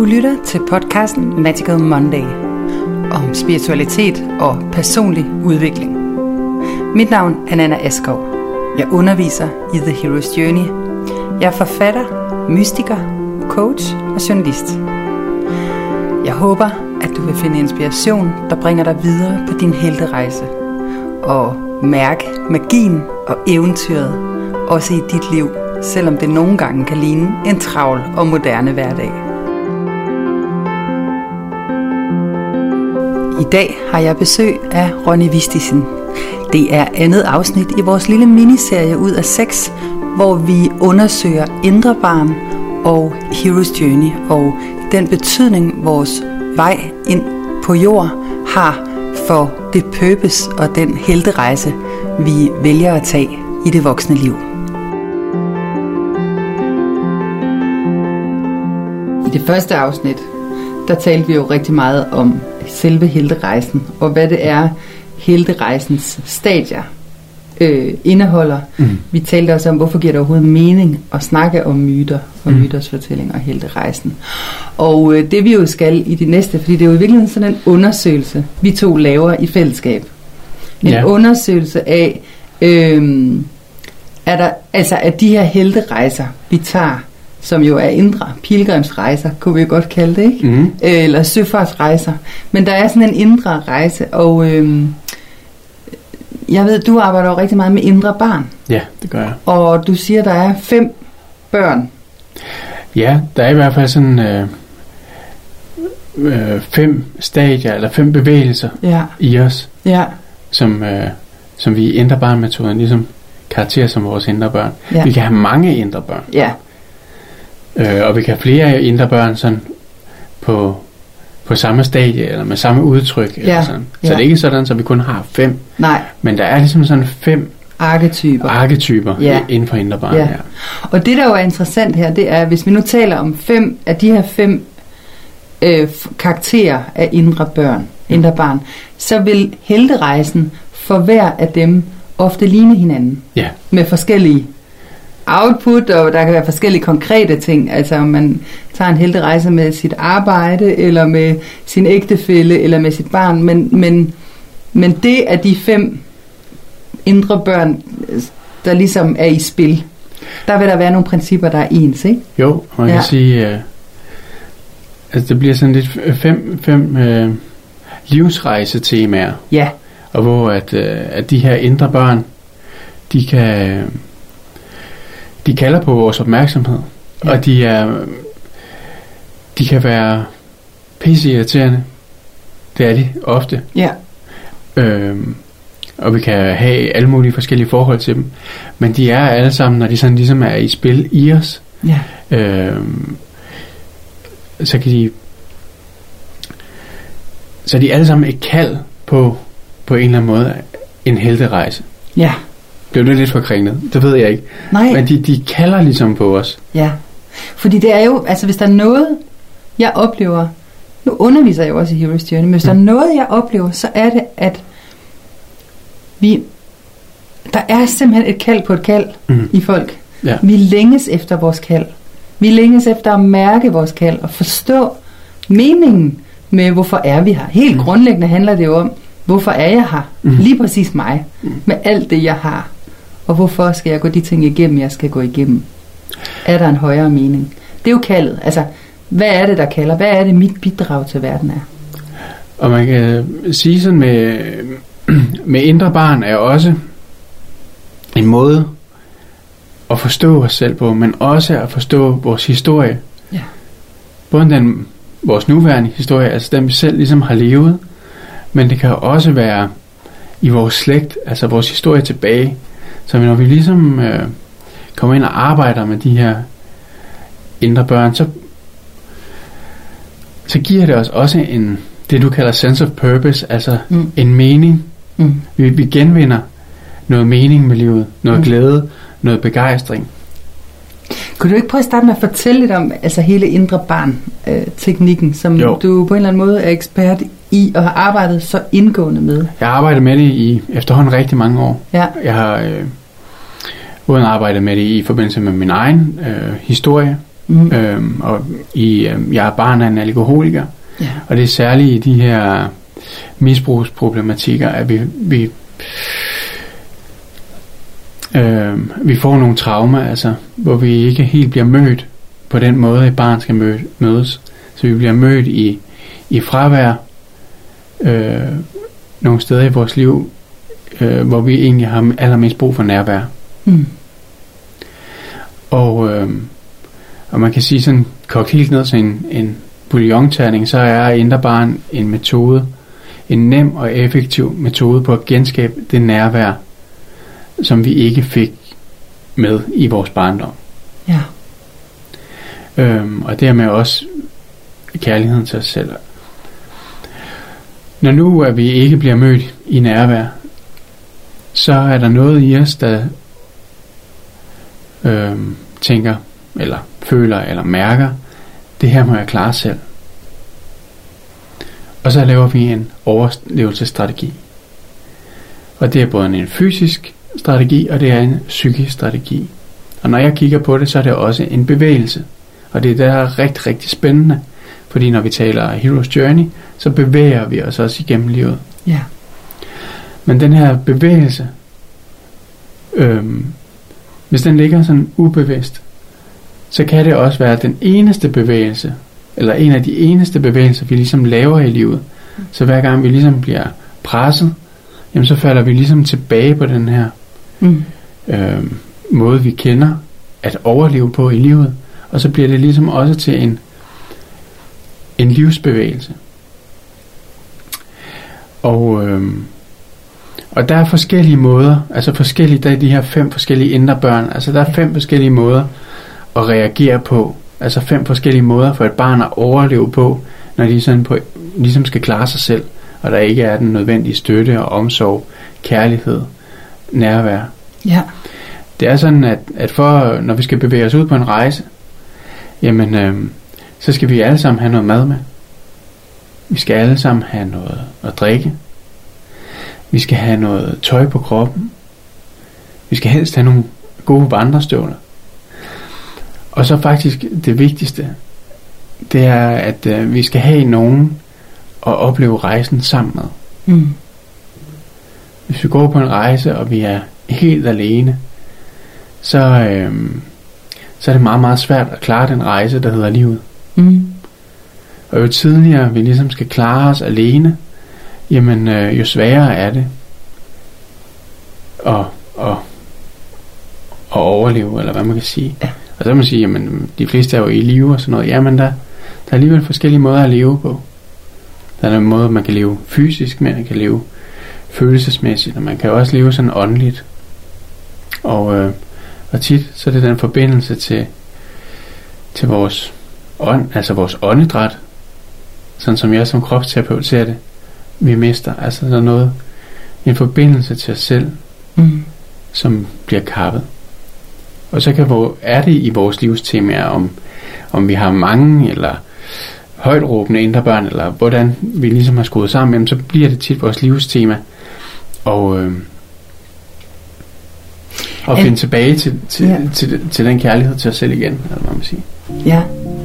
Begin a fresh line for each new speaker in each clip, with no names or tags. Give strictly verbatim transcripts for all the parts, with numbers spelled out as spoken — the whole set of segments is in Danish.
lytter til podcasten Magical Monday om spiritualitet og personlig udvikling. Mit navn er Nanna Askov. Jeg underviser i The Hero's Journey. Jeg er forfatter, mystiker, coach og journalist. Jeg håber, at du vil finde inspiration, der bringer dig videre på din helterejse og mærke magien og eventyret også i dit liv, selvom det nogle gange kan ligne en travl og moderne hverdag. I dag har jeg besøg af Ronni Vistisen. Det er andet afsnit i vores lille miniserie ud af seks, hvor vi undersøger indre barn og Hero's Journey og den betydning, vores vej ind på jord har for det purpose og den helterejse, vi vælger at tage i det voksne liv. I det første afsnit, der talte vi jo rigtig meget om selve helterejsen, og hvad det er, helterejsens stadier øh, indeholder. Mm. Vi talte også om, hvorfor giver det overhovedet mening at snakke om myter og mm. myters fortælling og helterejsen. Og øh, det vi jo skal i det næste, fordi det er jo i virkeligheden sådan en undersøgelse, vi to laver i fællesskab. En ja. undersøgelse af, øh, er der, altså at de her helterejser, vi tager, som jo er indre pilgrimsrejser, kunne vi jo godt kalde det, ikke? Mm. Eller søfartsrejser. Men der er sådan en indre rejse, og øhm, jeg ved, du arbejder jo rigtig meget med indre barn.
Ja, det gør jeg.
Og du siger, der er fem børn.
Ja, der er i hvert fald sådan øh, øh, fem stadier, eller fem bevægelser ja. i os, ja. som, øh, som vi i indre barn-metoden ligesom karakterer som vores indre børn. Ja. Vi kan have mange indre børn. Ja. Øh, og vi kan have flere indre børn sådan på, på samme stadie, eller med samme udtryk. Ja, eller sådan. Så ja. det er ikke sådan, at vi kun har fem. Nej. Men der er ligesom sådan fem
arketyper,
arketyper ja. inden for indre barn. Ja. Ja.
Og det, der jo er interessant her, det er, hvis vi nu taler om fem af de her fem øh, karakterer af indre børn, indre barn, så vil helterejsen for hver af dem ofte ligne hinanden. Ja. Med forskellige output, og der kan være forskellige konkrete ting, altså om man tager en helterejse med sit arbejde, eller med sin ægtefælle, eller med sit barn, men, men, men det er de fem indre børn, der ligesom er i spil. Der vil der være nogle principper, der er ens, ikke?
Jo, man kan ja. sige, uh, altså det bliver sådan lidt fem, fem uh, livsrejsetemaer, ja. og hvor at, uh, at de her indre børn, de kan de kalder på vores opmærksomhed, ja. og de er de kan være pisseirriterende. Det er de ofte. Ja. Øhm, og vi kan have alle mulige forskellige forhold til dem, men de er alle sammen, når de sådan ligesom er i spil i os, ja. øhm, så kan de så er de alle sammen et kald på på en eller anden måde en helterejse. Ja. Blev det lidt forkringlet? Det ved jeg ikke. Nej. Men de, de kalder ligesom på os. Ja.
Fordi det er jo, altså hvis der er noget, jeg oplever, nu underviser jeg jo også i Hero's Journey, men hvis mm. der er noget, jeg oplever, så er det, at vi, der er simpelthen et kald på et kald mm. i folk. Ja. Vi længes efter vores kald. Vi længes efter at mærke vores kald og forstå meningen med, hvorfor er vi her. Helt mm. grundlæggende handler det jo om, hvorfor er jeg her? Mm. Lige præcis mig. Mm. Med alt det, jeg har. Og hvorfor skal jeg gå de ting igennem, jeg skal gå igennem? Er der en højere mening? Det er jo kaldet. Altså, hvad er det, der kalder? Hvad er det, mit bidrag til verden er?
Og man kan sige sådan med, med indre barn er også en måde at forstå os selv på, men også at forstå vores historie. Ja. Både den, vores nuværende historie, altså den vi selv ligesom har levet, men det kan også være i vores slægt, altså vores historie tilbage. Så når vi ligesom øh, kommer ind og arbejder med de her indre børn, så, så giver det os også en, det du kalder sense of purpose, altså mm. en mening. Mm. Vi, vi genvinder noget mening med livet, noget mm. glæde, noget begejstring.
Kunne du ikke prøve at starte med at fortælle lidt om altså hele indre barn-teknikken, øh, som jo. du på en eller anden måde er ekspert i og har arbejdet så indgående med?
Jeg har arbejdet med det i efterhånden rigtig mange år. Ja. Jeg har øh, både arbejdet med det i forbindelse med min egen øh, historie, Mm. Øhm, og i, øhm, jeg er barn af en alkoholiker. Yeah. Og det er særligt i de her misbrugsproblematikker, at vi, vi, øhm, vi får nogle traumer, altså, hvor vi ikke helt bliver mødt på den måde, et barn skal møde, mødes. Så vi bliver mødt i, i fravær, øh, nogle steder i vores liv, øh, hvor vi egentlig har allermest brug for nærvær. Mm. Og, øh, og man kan sige sådan, kogt helt ned til en, en bouillonterning, så er indre barn en metode, en nem og effektiv metode på at genskabe det nærvær, som vi ikke fik med i vores barndom.
Ja.
Øhm, og dermed også kærligheden til os selv. Når nu at vi ikke bliver mødt i nærvær, så er der noget i os, der øhm, tænker, eller føler, eller mærker, det her må jeg klare selv. Og så laver vi en overlevelsesstrategi. Og det er både en fysisk strategi, og det er en psykisk strategi. Og når jeg kigger på det, så er det også en bevægelse. Og det er der er rigtig, rigtig spændende. Fordi når vi taler Hero's Journey, så bevæger vi os også igennem livet.
Ja.
Men den her bevægelse, øhm, hvis den ligger sådan ubevidst, så kan det også være den eneste bevægelse, eller en af de eneste bevægelser, vi ligesom laver i livet. Så hver gang vi ligesom bliver presset, jamen så falder vi ligesom tilbage på den her mm. øhm, måde, vi kender at overleve på i livet. Og så bliver det ligesom også til en en livsbevægelse. Og, øhm, og der er forskellige måder, altså forskellige, der er de her fem forskellige indre børn, altså der er fem forskellige måder at reagere på, altså fem forskellige måder for et barn at overleve på, når de sådan på, ligesom skal klare sig selv, og der ikke er den nødvendige støtte og omsorg, kærlighed, nærvær.
Ja.
Det er sådan, at, at for, når vi skal bevæge os ud på en rejse, jamen, øhm, så skal vi alle sammen have noget mad med. Vi skal alle sammen have noget at drikke. Vi skal have noget tøj på kroppen. Vi skal helst have nogle gode vandrestøvler. Og så faktisk det vigtigste, det er, at øh, vi skal have nogen at opleve rejsen sammen med. Mm. Hvis vi går på en rejse, og vi er helt alene, så, øh, så er det meget, meget svært at klare den rejse, der hedder livet. Mm. Og jo tidligere vi ligesom skal klare os alene, jamen øh, jo sværere er det at, at, at overleve, eller hvad man kan sige. Ja. Og så kan man sige, jamen de fleste er jo i live og sådan noget. Jamen der, der er alligevel forskellige måder at leve på. Der er en måde, man kan leve fysisk med, man kan leve følelsesmæssigt, og man kan også leve sådan åndeligt. Og, øh, og tit så er det den forbindelse til, til vores ånd, altså vores åndedræt, sådan som jeg som kropsterapeut ser det, vi mister. Altså der er noget, en forbindelse til os selv, mm. som bliver kappet. Og så kan vi, er det i vores livstemaer, om, om vi har mange eller højt råbende indre børn, eller hvordan vi ligesom har skruet sammen, jamen, så bliver det tit vores livstema. Og øh, og finde tilbage til, til, ja. til, til, til den kærlighed til os selv igen, eller hvad man sige.
Ja.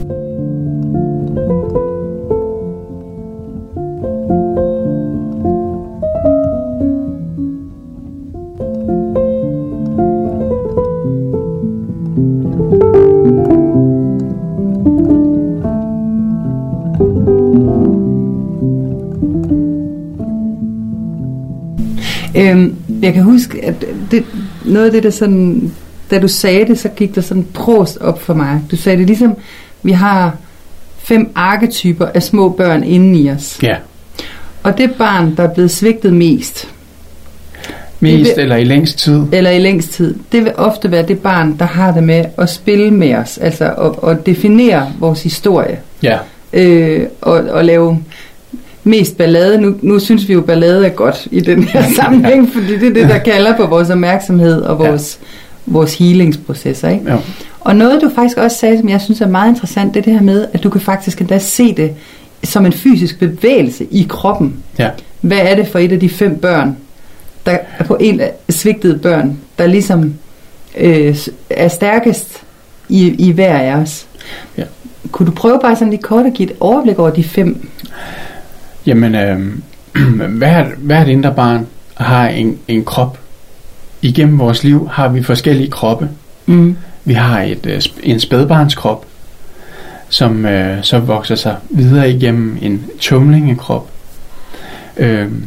Øhm, jeg kan huske, at det, noget af det, der sådan, da du sagde det, så gik der sådan prost op for mig. Du sagde det ligesom, vi har fem arketyper af små børn inde i os.
Ja.
Og det barn, der er blevet svigtet mest.
Mest vil, eller i længst tid.
Eller i længst tid. Det vil ofte være det barn, der har det med at spille med os. Altså at, at definere vores historie.
Ja.
Øh, og, og lave mest ballade. Nu, nu synes vi jo, ballade er godt i den her sammenhæng, fordi det er det, der kalder på vores opmærksomhed og vores, ja. vores healingsprocesser. Ikke?
Ja.
Og noget, du faktisk også sagde, som jeg synes er meget interessant, det er det her med, at du kan faktisk endda se det som en fysisk bevægelse i kroppen.
Ja.
Hvad er det for et af de fem børn, der er på en af svigtede børn, der ligesom øh, er stærkest i, i hver af os?
Ja.
Kunne du prøve bare sådan lige kort at give et overblik over de fem?
Jamen, øh, hvert, hvert indre barn har en, en krop. Igennem vores liv har vi forskellige kroppe. Mm. Vi har et, en spædbarnskrop, som øh, så vokser sig videre igennem en tumlingekrop. Øhm,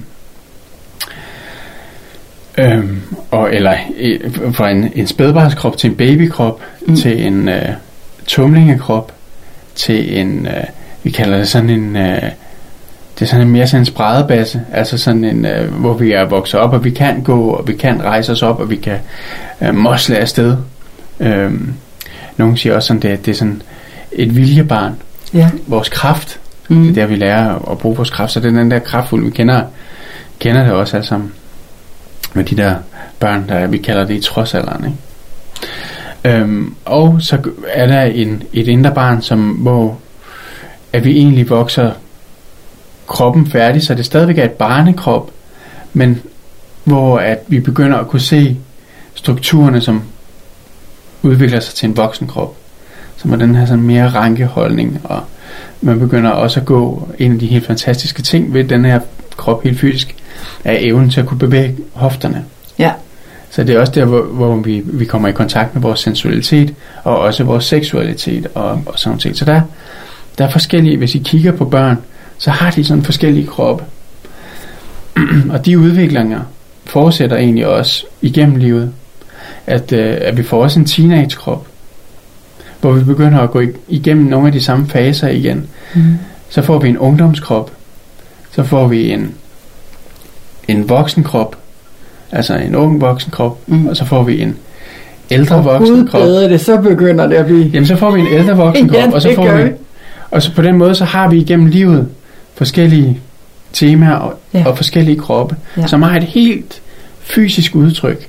øhm, og, eller fra en, en spædbarnskrop til en babykrop, mm. til en øh, tumlingekrop, til en, øh, vi kalder det sådan en, øh, det er sådan en mere sådan en spredebasse, altså sådan en, øh, hvor vi er vokset op, og vi kan gå, og vi kan rejse os op, og vi kan øh, mosle afsted. Øhm, nogen siger også sådan, det, det er sådan et viljebarn. Ja. Vores kraft, mm. det er der vi lærer at bruge vores kraft, så det er den der kraftfuld, vi kender, kender det også alle sammen med de der børn, der vi kalder det i trodsalderen, ikke? Øhm, og så er der en, et indre barn, som hvor at vi egentlig vokser kroppen færdig, så det stadigvæk er et barnekrop, men hvor at vi begynder at kunne se strukturerne, som udvikler sig til en voksenkrop, som er den her sådan mere rankeholdning, og man begynder også at gå, en af de helt fantastiske ting ved den her krop helt fysisk, er evnen til at kunne bevæge hofterne. Ja. Så det er også der, hvor, hvor vi, vi kommer i kontakt med vores sensualitet, og også vores seksualitet, og, og sådan noget ting. Så der, der er forskellige, hvis I kigger på børn, så har de sådan forskellige kroppe. Og de udviklinger fortsætter egentlig også igennem livet. At, øh, at vi får også en teenagekrop, hvor vi begynder at gå igennem nogle af de samme faser igen. Mm. Så får vi en ungdomskrop, så får vi en en voksenkrop, altså en ung voksenkrop, mm. og så får vi en ældre voksenkrop.
Gud bedre det, så begynder det at blive.
Jamen så får vi en ældre voksenkrop, ja, og så får vi, og så på den måde så har vi igennem livet forskellige temaer og, ja. og forskellige kroppe, ja. som har et helt fysisk udtryk.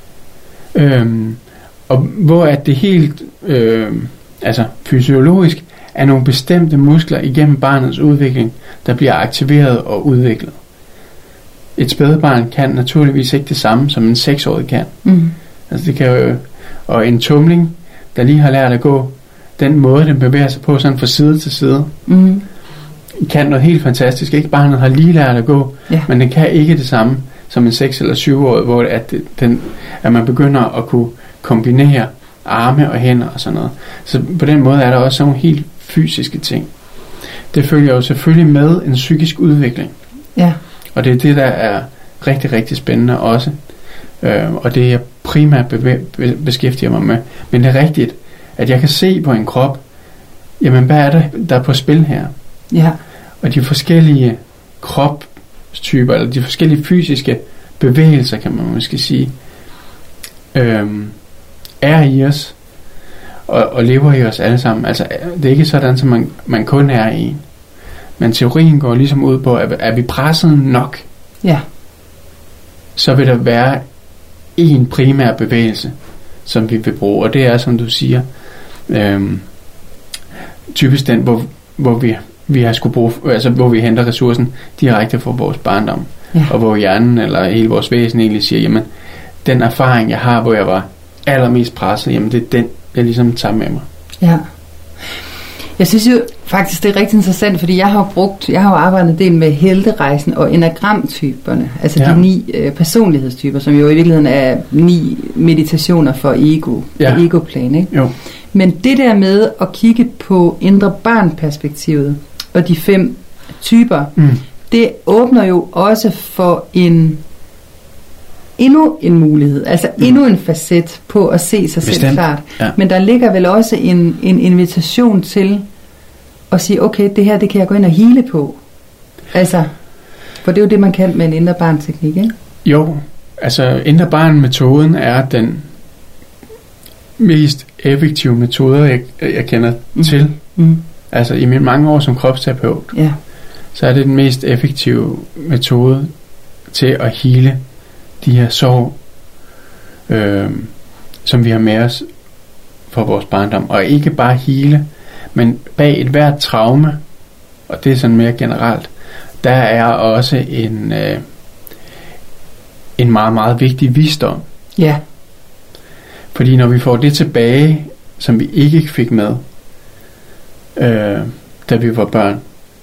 Øhm, og hvor at det helt øhm, altså fysiologisk er nogle bestemte muskler igennem barnets udvikling, der bliver aktiveret og udviklet. Et spædbarn kan naturligvis ikke det samme som en seksårig kan. Mm. Altså det kan jo, og en tumling, der lige har lært at gå den måde den bevæger sig på sådan fra side til side, mm. kan noget helt fantastisk. Ikke barnet har lige lært at gå, ja. men den kan ikke det samme som en seks eller syvårig, hvor at, den, at man begynder at kunne kombinere arme og hænder og sådan noget. Så på den måde er der også sådan nogle helt fysiske ting. Det følger jo selvfølgelig med en psykisk udvikling. Ja. Og det er det, der er rigtig, rigtig spændende også. Øh, og det jeg primært bevæ- beskæftiger mig med. Men det er rigtigt, at jeg kan se på en krop, jamen hvad er der, der er på spil her? Ja. Og de forskellige kropstyper, eller de forskellige fysiske bevægelser, kan man måske sige, øh, er i os, og, og lever i os alle sammen. Altså det er ikke sådan, som man, man kun er i. Men teorien går ligesom ud på, at er vi presset nok, ja. så vil der være en primær bevægelse, som vi vil bruge. Og det er, som du siger, øhm, typisk den, hvor, hvor vi, vi har skulle bruge, altså hvor vi henter ressourcen direkte fra vores barndom. Ja. Og hvor hjernen eller hele vores væsen egentlig siger, jamen, den erfaring, jeg har, hvor jeg var allermest presset, jamen det er den, jeg ligesom tager med mig. Ja.
Jeg synes jo faktisk, det er rigtig interessant, fordi jeg har brugt, jeg har jo arbejdet en del med helterejsen og enagramtyperne, altså ja. de ni øh, personlighedstyper, som jo i virkeligheden er ni meditationer for ego, ja. egoplan, ikke? Jo. Men det der med at kigge på indre barn-perspektivet og de fem typer, mm. det åbner jo også for en endnu en mulighed, altså mm. endnu en facet på at se sig Bestemt. selv klart. Ja. Men der ligger vel også en, en invitation til at sige, okay, det her, det kan jeg gå ind og hele på. Altså, for det er jo det, man kan med en indre barn-teknik, ikke?
Jo, altså indre barn-metoden er den mest effektive metode, jeg, jeg kender mm. til. Mm. Altså i mine mange år som kropsterapeut, ja. så er det den mest effektive metode til at hele de her sorg, øh, som vi har med os fra vores barndom. Og ikke bare hele, men bag et hvert traume, og det er sådan mere generelt, der er også en, øh, en meget, meget vigtig visdom. Ja. Fordi når vi får det tilbage, som vi ikke fik med, øh, da vi var børn.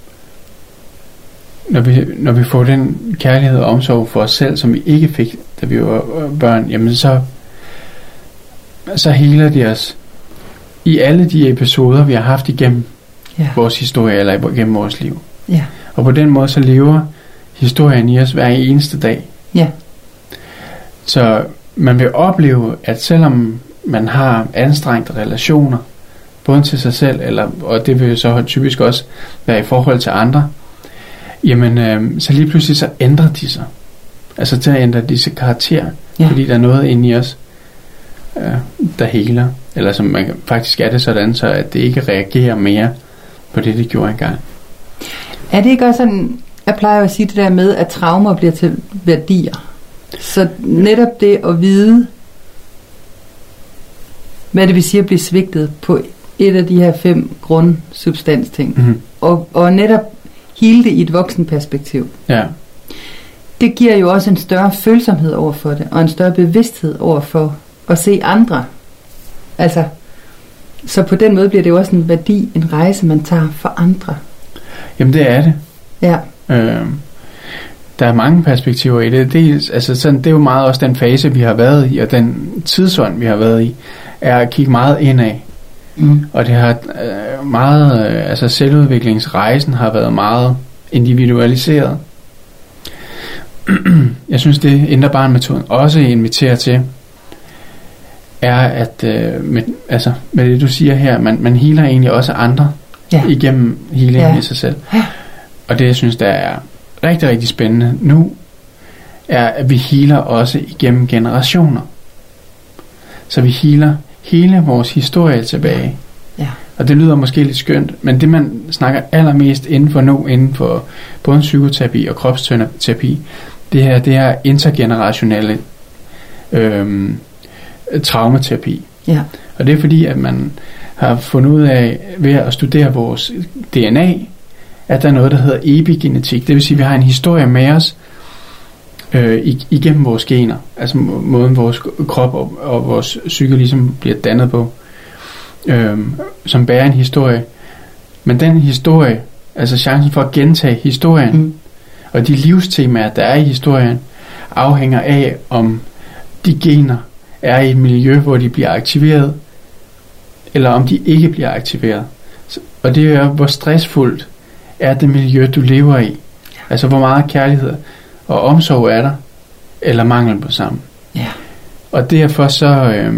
Når vi, når vi får den kærlighed og omsorg for os selv, som vi ikke fik, da vi var børn, jamen så, så heler det os i alle de episoder, vi har haft igennem ja. vores historie, eller igennem vores liv.
Ja.
Og på den måde, så lever historien i os hver eneste dag.
Ja.
Så man vil opleve, at selvom man har anstrengte relationer, både til sig selv, eller, og det vil jo så typisk også være i forhold til andre, jamen øh, så lige pludselig så ændrer de sig. Altså til at ændre disse karakterer, ja. fordi der er noget inde i os, øh, der heler. Eller som man faktisk er det sådan, så at det ikke reagerer mere på det, det gjorde engang.
Er det ikke også sådan, jeg plejer at sige det der med, at traumer bliver til værdier? Så netop det at vide, hvad det vil sige at blive svigtet på et af de her fem grundsubstansting, mm-hmm. og, og netop hele det i et voksenperspektiv.
Ja.
Det giver jo også en større følsomhed over for det, og en større bevidsthed over for at se andre. Altså, så på den måde bliver det jo også en værdi, en rejse, man tager for andre.
Jamen det er det.
Ja.
Øh, der er mange perspektiver i det. Det er, altså sådan, det er jo meget også den fase, vi har været i, og den tidsånd, vi har været i, er at kigge meget indad. Mm. Og det har øh, meget, øh, altså selvudviklingsrejsen har været meget individualiseret. Jeg synes, det Indre Barn-metoden også inviterer til, er at, øh, med, altså med det du siger her, man, man healer egentlig også andre ja. igennem healingen ja. i sig selv. Ja. Og det jeg synes, der er rigtig, rigtig spændende nu, er at vi healer også igennem generationer. Så vi healer hele vores historie tilbage.
Ja.
Og det lyder måske lidt skønt, men det man snakker allermest inden for nu, inden for både psykoterapi og kropsterapi, det her, det er intergenerationelle øhm, traumaterapi.
Ja.
Og det er fordi, at man har fundet ud af, ved at studere vores D N A, at der er noget, der hedder epigenetik. Det vil sige, at vi har en historie med os øh, igennem vores gener. Altså måden vores krop og, og vores psyke ligesom bliver dannet på. Øh, som bærer en historie. Men den historie, altså chancen for at gentage historien, mm. og de livstemaer, der er i historien, afhænger af, om de gener er i et miljø, hvor de bliver aktiveret, eller om de ikke bliver aktiveret. Og det er, hvor stressfuldt er det miljø, du lever i. Altså, hvor meget kærlighed og omsorg er der, eller mangel på sammen.
Ja.
Og derfor så, øh,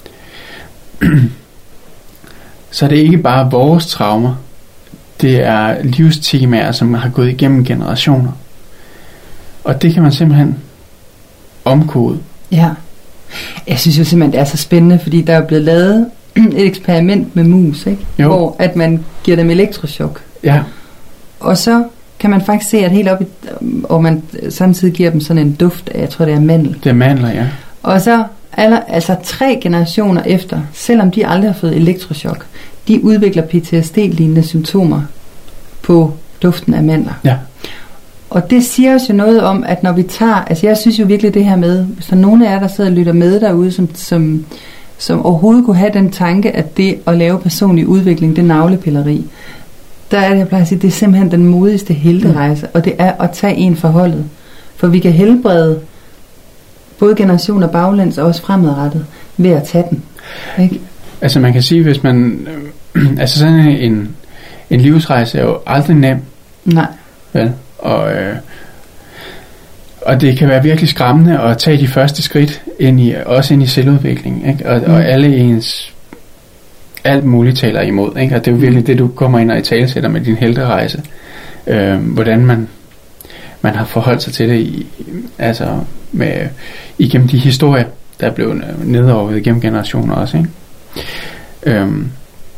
så er det ikke bare vores traumer, det er livstemaer, som har gået igennem generationer. Og det kan man simpelthen omkode.
Ja. Jeg synes jo simpelthen, det er så spændende, fordi der er blevet lavet et eksperiment med mus, ikke? Hvor at man giver dem elektrochok.
Ja.
Og så kan man faktisk se, at helt op i, og man samtidig giver dem sådan en duft af, jeg tror det er mandel.
Det er mandler, ja.
Og så aller, altså tre generationer efter, selvom de aldrig har fået elektrochok, de udvikler P T S D-lignende symptomer på duften af mandler.
Ja.
Og det siger os jo noget om, at når vi tager, altså jeg synes jo virkelig det her med, hvis der er nogen af jer, der sidder og lytter med derude, som, som, som overhovedet kunne have den tanke, at det at lave personlig udvikling, det er navlepilleri, der er det, jeg plejer at sige, det er simpelthen den modigste helterejse, mm. og det er at tage en for holdet. For vi kan helbrede både generationer baglæns og også fremadrettet ved at tage den. Ikke?
Altså man kan sige, hvis man, øh, altså sådan en, en livsrejse er jo aldrig nem.
Nej.
Vel? Og, øh, og det kan være virkelig skræmmende at tage de første skridt ind i, også ind i selvudvikling, ikke? Og, mm. og alle ens alt muligt taler imod, ikke? Og det er jo virkelig det, du kommer ind og i talesætter med din helterejse. Øh, hvordan man man har forholdt sig til det i, altså med, igennem de historier, der er blevet nedover igennem generationer også, ikke? Øhm.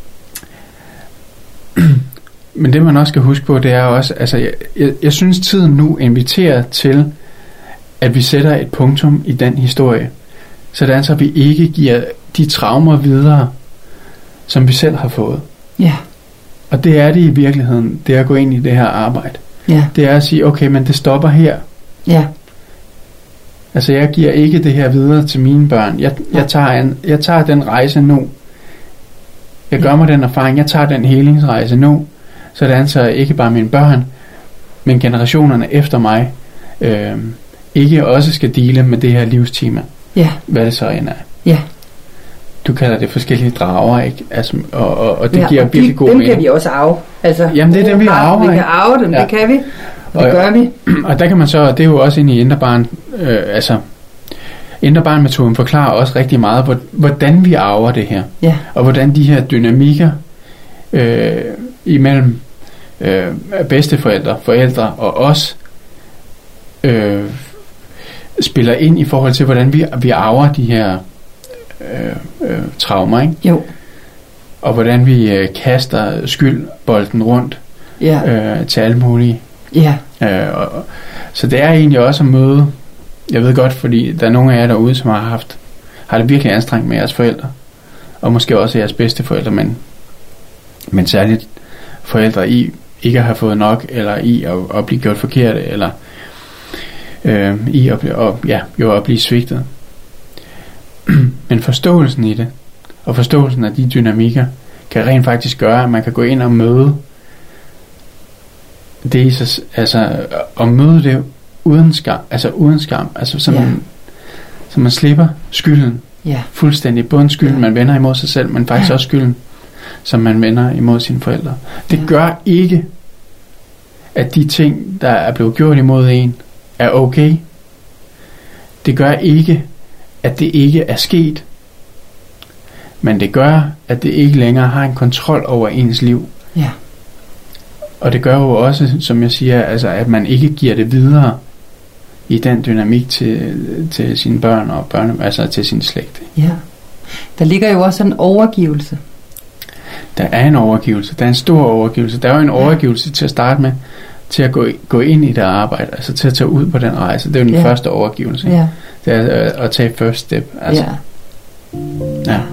Men det man også skal huske på, det er også, altså jeg, jeg, jeg synes tiden nu inviterer til, at vi sætter et punktum i den historie, sådan så vi ikke giver de traumer videre, som vi selv har fået.
Ja.
Og det er det i virkeligheden, det er at gå ind i det her arbejde.
Ja.
Det er at sige, okay, men det stopper her.
Ja.
Altså jeg giver ikke det her videre til mine børn. Jeg, jeg, tager, en, jeg tager den rejse nu. Jeg gør mig den erfaring, jeg tager den helingsrejse nu, sådan så ikke bare mine børn, men generationerne efter mig, øh, ikke også skal dele med det her livstema.
Ja.
Hvad det så end er.
Ja.
Du kalder det forskellige drager, ikke? Altså, og, og, og det
ja,
giver
og
virkelig
de,
god
dem
mening.
Dem kan vi også arve. Altså,
jamen det er dem, vi arver.
Vi kan arve dem, ja. Det kan vi. Og det
og,
gør vi.
Og der kan man så, det er jo også inde i Indre Barn, øh, altså, Indre Barn-metoden forklarer også rigtig meget, hvordan vi arver det her.
Ja.
Og hvordan de her dynamikker øh, imellem øh, bedsteforældre, forældre og os, øh, spiller ind i forhold til, hvordan vi, vi arver de her øh, øh, traumer, ikke?
Jo.
Og hvordan vi øh, kaster skyldbolden rundt
ja.
øh, til alle mulige.
Ja.
Øh, og, så det er egentlig også at møde, jeg ved godt, fordi der er nogle af jer derude, som har haft, har det virkelig anstrengt med jeres forældre, og måske også jeres bedsteforældre, men, men særligt forældre i ikke at have fået nok, eller i at, at blive gjort forkert, eller øh, i at, og, ja, jo at blive svigtet. Men forståelsen i det, og forståelsen af de dynamikker, kan rent faktisk gøre, at man kan gå ind og møde det, altså at møde det uden skam, altså uden skam, altså så, ja. man, så man slipper skylden
ja.
fuldstændig, både skylden ja. man vender imod sig selv, men faktisk ja. også skylden, som man vender imod sine forældre. Det ja. gør ikke, at de ting, der er blevet gjort imod en, er okay. Det gør ikke, at det ikke er sket, men det gør, at det ikke længere har en kontrol over ens liv.
Ja.
Og det gør jo også, som jeg siger, altså, at man ikke giver det videre i den dynamik til, til sine børn og børne, altså til sin slægt.
Ja. Der ligger jo også en overgivelse.
Der er en overgivelse. Der er en stor overgivelse. Der er jo en overgivelse til at starte med, til at gå, gå ind i det arbejde, altså til at tage ud på den rejse. Det er jo den ja. første overgivelse.
Ja.
Det er at, at tage first step. Altså. Ja. Ja.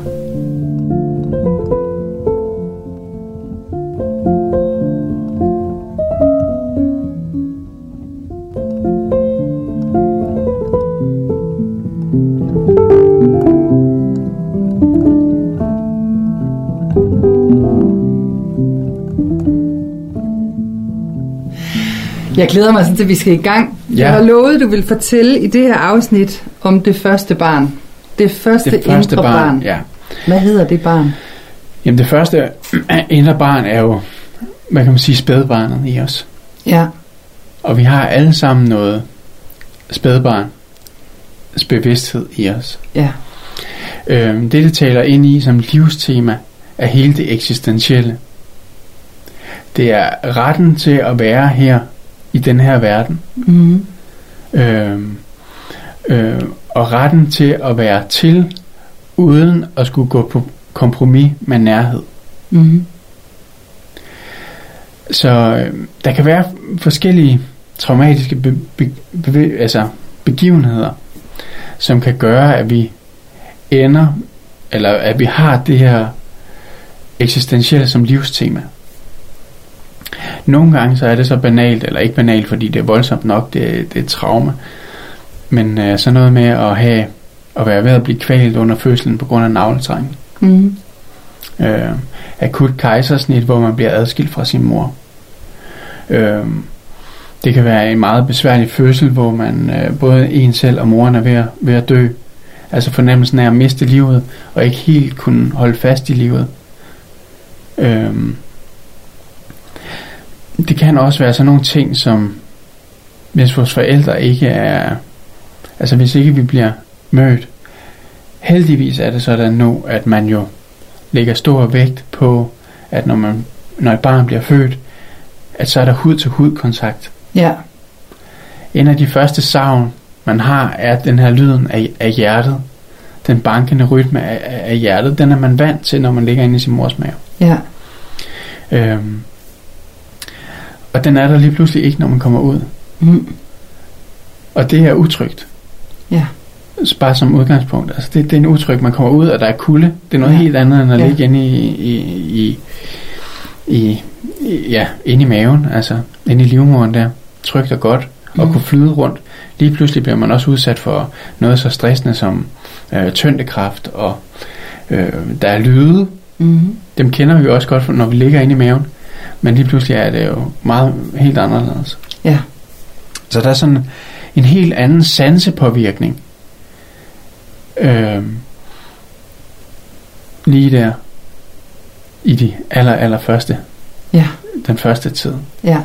Jeg glæder mig sådan til, at vi skal i gang. Ja. Jeg har lovet, at du vil fortælle i det her afsnit om det første barn. Det første, det første indre barn. barn.
Ja.
Hvad hedder det barn?
Jamen det første indre barn er jo, hvad kan man sige, spædbarnet i os.
Ja.
Og vi har alle sammen noget spædbarns bevidsthed i os.
Ja.
Øhm, det, det taler ind i som livstema, er hele det eksistentielle. Det er retten til at være her i den her verden.
Mm.
Øhm, øh, og retten til at være til, uden at skulle gå på kompromis med nærhed.
Mm.
Så øh, der kan være forskellige traumatiske be, be, be, altså begivenheder, som kan gøre, at vi ender, eller at vi har det her eksistentielle som livstema. Nogle gange så er det så banalt, eller ikke banalt, fordi det er voldsomt nok, det, det er et traume. Men øh, så noget med at have at være ved at blive kvalt under fødslen på grund af navletræng.
Mm.
Øh, akut kejsersnit, hvor man bliver adskilt fra sin mor. Øh, det kan være en meget besværlig fødsel, hvor man øh, både en selv og moren er ved at, ved at dø. Altså fornemmelsen af at miste livet, og ikke helt kunne holde fast i livet. Øh, Det kan også være sådan nogle ting, som hvis vores forældre ikke er, altså hvis ikke vi bliver mødt. Heldigvis er det sådan nu, at man jo lægger stor vægt på, at når, man, når et barn bliver født, at så er der hud til hud kontakt.
Ja.
En af de første savn, man har, er den her lyden af, af hjertet. Den bankende rytme af, af hjertet, den er man vant til, når man ligger inde i sin mors mave.
Ja.
Øhm, Og den er der lige pludselig ikke, når man kommer ud.
Mm.
Og det er utrygt.
Ja.
Bare som udgangspunkt. Altså det, det er en utrygt, man kommer ud, og der er kulde. Det er noget ja. helt andet, end at ja. ligge inde i, i, i, i, i, ja, inde i maven. Altså inde i livmoderen der. Trygt og godt. Mm. Og kunne flyde rundt. Lige pludselig bliver man også udsat for noget så stressende som øh, tyngdekraft. Og øh, der er lyde,
Mm-hmm.
Dem kender vi også godt, når vi ligger inde i maven. Men lige pludselig er det jo meget helt anderledes.
Ja.
Så der er sådan en helt anden sansepåvirkning. Øh, lige der. I de aller, aller første.
Ja.
Den første tid.
Ja.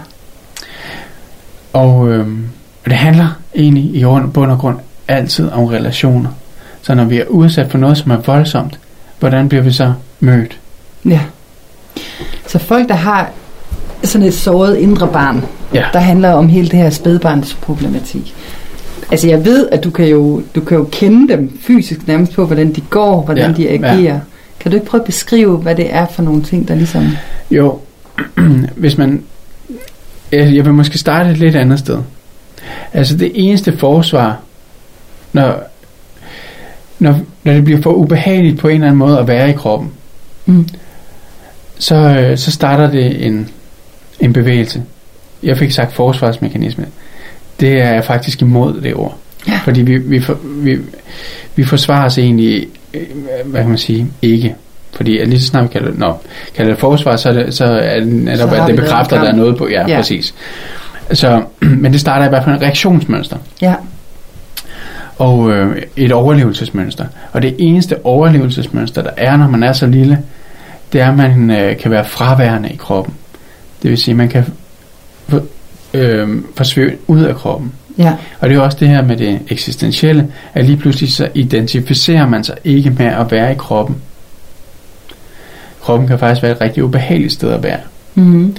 Og øh, det handler egentlig i bund og grund altid om relationer. Så når vi er udsat for noget, som er voldsomt, hvordan bliver vi så mødt?
Ja. Så folk, der har sådan et såret indre barn,
ja. Der
handler om hele det her spædbarnsproblematik. Altså jeg ved, at du kan jo, du kan jo kende dem fysisk nærmest på, hvordan de går, hvordan ja. de agerer. Ja. Kan du ikke prøve at beskrive, hvad det er for nogle ting, der ligesom...
Jo, hvis man... Jeg vil måske starte et lidt andet sted. Altså det eneste forsvar, når, når, når det bliver for ubehageligt på en eller anden måde at være i kroppen, mm. så, så starter det en, en bevægelse. Jeg fik sagt forsvarsmekanisme. Det er faktisk imod det ord. Ja. Fordi vi, vi, for, vi, vi forsvarer os egentlig, hvad kan man sige, ikke. Fordi lige så snart vi kalder det, no, kalder det forsvar, så er det, så er det netop, at det bekræfter, at der er noget på. Ja, ja. Præcis. Så, men det starter i hvert fald en reaktionsmønster.
Ja.
Og øh, et overlevelsesmønster. Og det eneste overlevelsesmønster, der er, når man er så lille, det er, at man øh, kan være fraværende i kroppen. Det vil sige, at man kan for, øh, forsvinde ud af kroppen.
Ja.
Og det er også det her med det eksistentielle, at lige pludselig så identificerer man sig ikke med at være i kroppen. Kroppen kan faktisk være et rigtig ubehageligt sted at være.
Mm-hmm.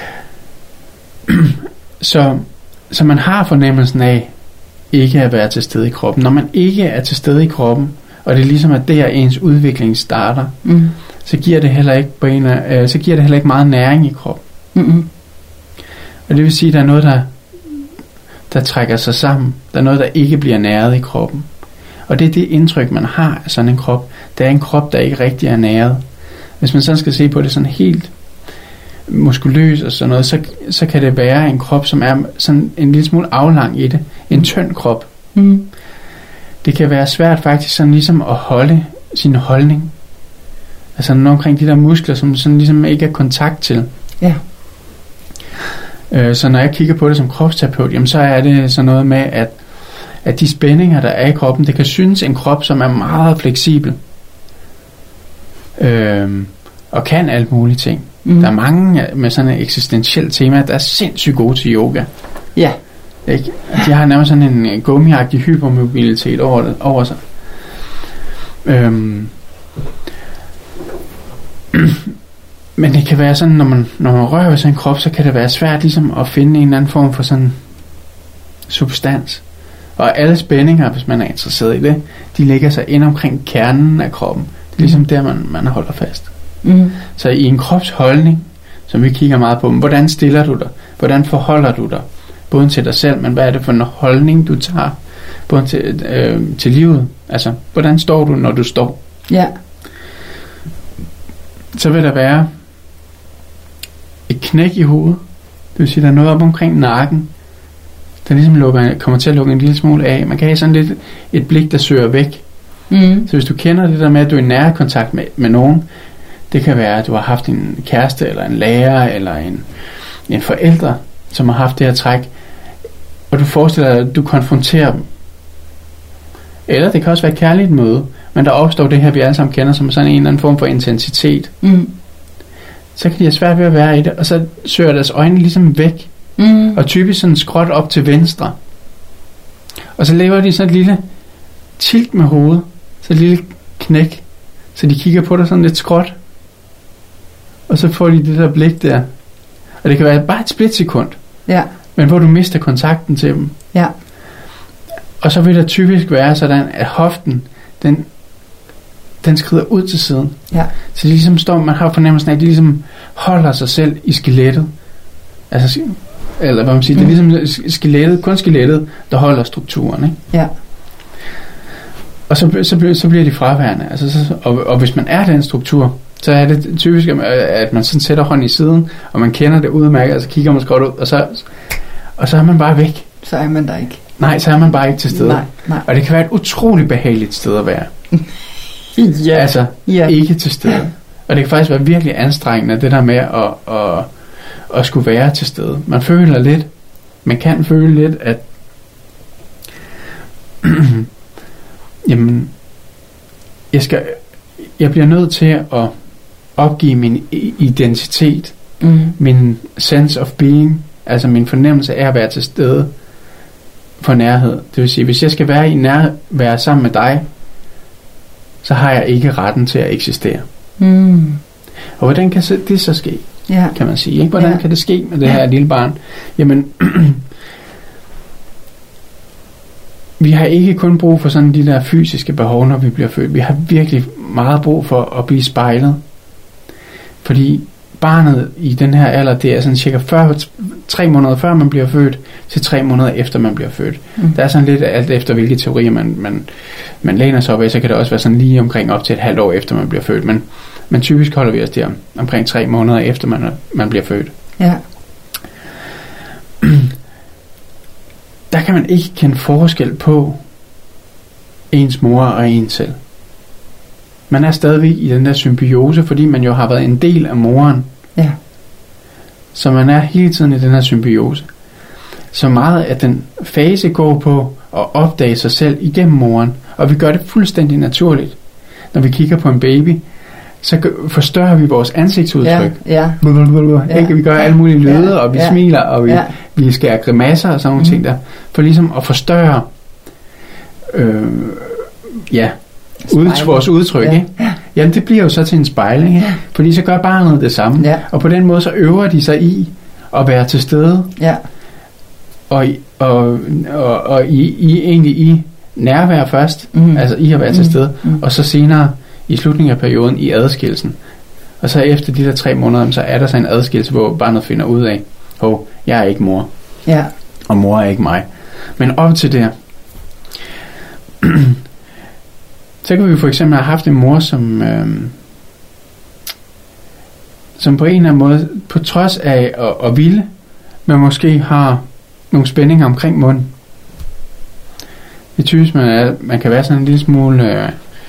så, så man har fornemmelsen af ikke at være til stede i kroppen. Når man ikke er til stede i kroppen, og det er ligesom at der ens udvikling starter, mm. så giver det heller ikke på en, øh, så giver det heller ikke meget næring i kroppen.
Mm-hmm.
Og det vil sige at der er noget der der trækker sig sammen. Der er noget der ikke bliver næret i kroppen. Og det er det indtryk man har af sådan en krop. Det er en krop der ikke rigtig er næret. Hvis man sådan skal se på det sådan helt muskuløs og sådan noget, så, så kan det være en krop, som er sådan en lille smule aflang i det. En tynd krop.
Mm.
Det kan være svært faktisk sådan ligesom at holde sin holdning. Altså noget omkring de der muskler, som sådan ligesom ikke er kontakt til.
Ja.
Øh, så når jeg kigger på det som kropsterapeut, jamen så er det sådan noget med, at, at de spændinger, der er i kroppen, det kan synes en krop, som er meget fleksibel. Øh, og kan alt mulige ting. Mm. Der er mange med sådan et eksistentielt tema, der er sindssygt gode til yoga.
Ja.
Ikke? De har nærmest sådan en gummiagtig hypermobilitet over, over sig. Øhm. Men det kan være sådan, når man, når man rører ved sådan en krop, så kan det være svært ligesom at finde en eller anden form for sådan substans. Og alle spændinger, hvis man er interesseret i det, de ligger sig ind omkring kernen af kroppen. Det er ligesom der, man, man holder fast.
Mm.
Så i en kropsholdning, som vi kigger meget på, hvordan stiller du dig? Hvordan forholder du dig? Både til dig selv, men hvad er det for en holdning, du tager? Både til, øh, til livet. Altså, hvordan står du, når du står?
Ja.
Så vil der være et knæk i hovedet. Det vil sige, der er noget op omkring nakken, der ligesom lukker, kommer til at lukke en lille smule af. Man kan have sådan lidt et blik, der søger væk.
Mm.
Så hvis du kender det der med, at du er i nær kontakt med, med nogen, det kan være, at du har haft en kæreste, eller en lærer, eller en, en forældre, som har haft det her træk, og du forestiller dig, at du konfronterer dem. Eller det kan også være et kærligt møde, men der opstår det her, vi alle sammen kender, som sådan en eller anden form for intensitet.
Mm.
Så kan de have svært ved at være i det, og så søger deres øjne ligesom væk,
mm.
og typisk sådan skråt op til venstre. Og så laver de sådan et lille tilt med hovedet, så et lille knæk, så de kigger på dig sådan lidt skråt, og så får de det der blik der. Og det kan være bare et splitsekund,
ja.
Men hvor du mister kontakten til dem.
Ja.
Og så vil der typisk være sådan, at hoften, den, den skrider ud til siden.
Ja.
Så det ligesom står, man har fornemmelsen af, at de ligesom holder sig selv i skelettet. Altså, eller hvad man siger, mm. det er ligesom skelettet, kun skelettet, der holder strukturen, ikke?
Ja.
Og så, så, så bliver de fraværende. Altså, så, og, og hvis man er den struktur, så er det typisk, at man sådan sætter hånden i siden, og man kender det udmærket, og så kigger man skråt ud, og så, og så er man bare væk.
Så er man der ikke.
Nej, så er man bare ikke til stede.
Nej, nej.
Og det kan være et utroligt behageligt sted at være.
Ja.
Altså,
ja.
ikke til stede. Og det kan faktisk være virkelig anstrengende, det der med at, at, at skulle være til stede. Man føler lidt, man kan føle lidt, at jamen, jeg, skal, jeg bliver nødt til at opgive min identitet, mm. min sense of being, altså min fornemmelse af at være til stede for nærhed. Det vil sige, hvis jeg skal være i nærvær sammen med dig, så har jeg ikke retten til at eksistere. Mm. Og hvordan kan det så ske? Ja. Kan man sige, ikke? Hvordan ja. kan det ske med det her ja. lille barn? Jamen, vi har ikke kun brug for sådan de der fysiske behov, når vi bliver født. Vi har virkelig meget brug for at blive spejlet. Fordi barnet i den her alder, det er sådan cirka fyrre, tre måneder før man bliver født, til tre måneder efter man bliver født. Mm. Der er sådan lidt alt efter, hvilke teorier man, man, man læner sig op af, så kan det også være sådan lige omkring op til et halvt år efter man bliver født. Men, men typisk holder vi os der omkring tre måneder efter man, man bliver født. Ja. Der kan man ikke kende forskel på ens mor og ens selv. Man er stadigvæk i den der symbiose, fordi man jo har været en del af moren. Ja. Så man er hele tiden i den her symbiose. Så meget af den fase går på at opdage sig selv igennem moren. Og vi gør det fuldstændig naturligt. Når vi kigger på en baby, så forstørrer vi vores ansigtsudtryk. Ja, ja. Ikke? Vi gør alle mulige lyde, ja, og vi ja, smiler, og vi, ja. vi skærer grimasser og sådan nogle mm. ting der. For ligesom at forstørre øh, ja, ud, vores udtryk. Ja. Ikke? Jamen det bliver jo så til en spejling. Ja. Fordi så gør barnet det samme. Ja. Og på den måde så øver de sig i at være til stede. Ja. Og, og, og, og i, i, egentlig i nærvær først. Mm. Altså i at være mm. til stede. Mm. Og så senere i slutningen af perioden i adskillelsen. Og så efter de der tre måneder, så er der så en adskillelse, hvor barnet finder ud af, åh, jeg er ikke mor. Ja. Og mor er ikke mig. Men op til det, så kan vi for eksempel have haft en mor, som, øh, som på en eller anden måde, på trods af at, at ville, men måske har nogle spændinger omkring munden. Det typisk, man, er, man kan være sådan en lille smule øh,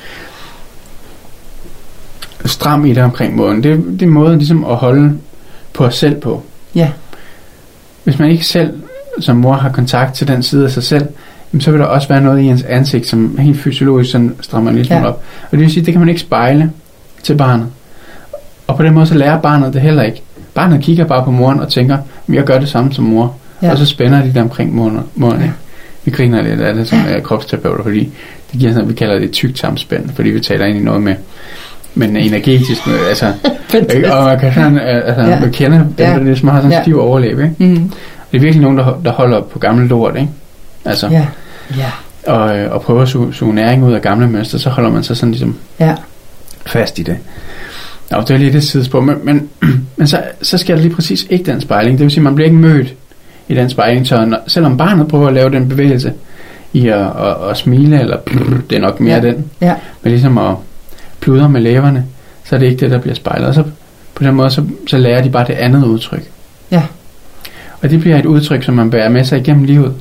stram i det omkring munden. Det, det er måden ligesom at holde på os selv på. Ja. Hvis man ikke selv som mor har kontakt til den side af sig selv, så vil der også være noget i ens ansigt, som helt fysiologisk sådan strammer en lille smule ja. op. Og det vil sige, det kan man ikke spejle til barnet. Og på den måde så lærer barnet det heller ikke. Barnet kigger bare på moren og tænker, jeg gør det samme som mor. Ja. Og så spænder de der omkring moren. Ja. Vi griner lidt af det som ja. kropsterapeuter, fordi det giver sådan, vi kalder det tykt samspænd, fordi vi taler ind i noget med, men energetisk med, altså, og man kan sådan, altså, ja. man kender dem, ja. der ligesom har sådan en ja. stiv overlæb, ikke? Mm. Det er virkelig nogen, der, der holder på gamle lort, ikke? Altså, ja. Ja. Og, og prøver at suge, suge næring ud af gamle mønstre, så holder man sig sådan ligesom ja. fast i det. Og det er lidt et sidespor, men, men, men så, så sker der lige præcis ikke den spejling. Det vil sige, man bliver ikke mødt i den spejling, så når, selvom barnet prøver at lave den bevægelse i at, at, at smile, eller plur, det er nok mere ja. den, ja. men ligesom at pludre med læberne, så er det ikke det, der bliver spejlet. Og så på den måde, så, så lærer de bare det andet udtryk. Ja. Og det bliver et udtryk, som man bærer med sig igennem livet.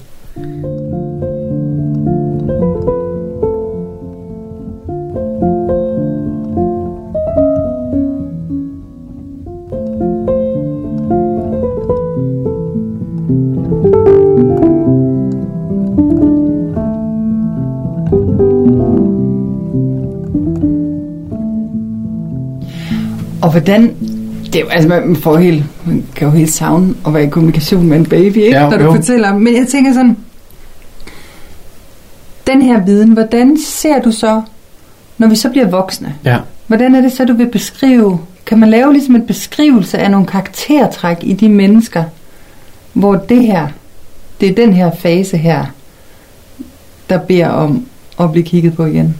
Og hvordan, det er jo, altså man får helt, man kan jo helt savne at være i kommunikation med en baby, ikke? Ja, når du jo. fortæller. Men jeg tænker sådan, den her viden, hvordan ser du så, når vi så bliver voksne? Ja. Hvordan er det så, du vil beskrive, kan man lave ligesom en beskrivelse af nogle karaktertræk i de mennesker, hvor det her, det er den her fase her, der beder om at blive kigget på igen?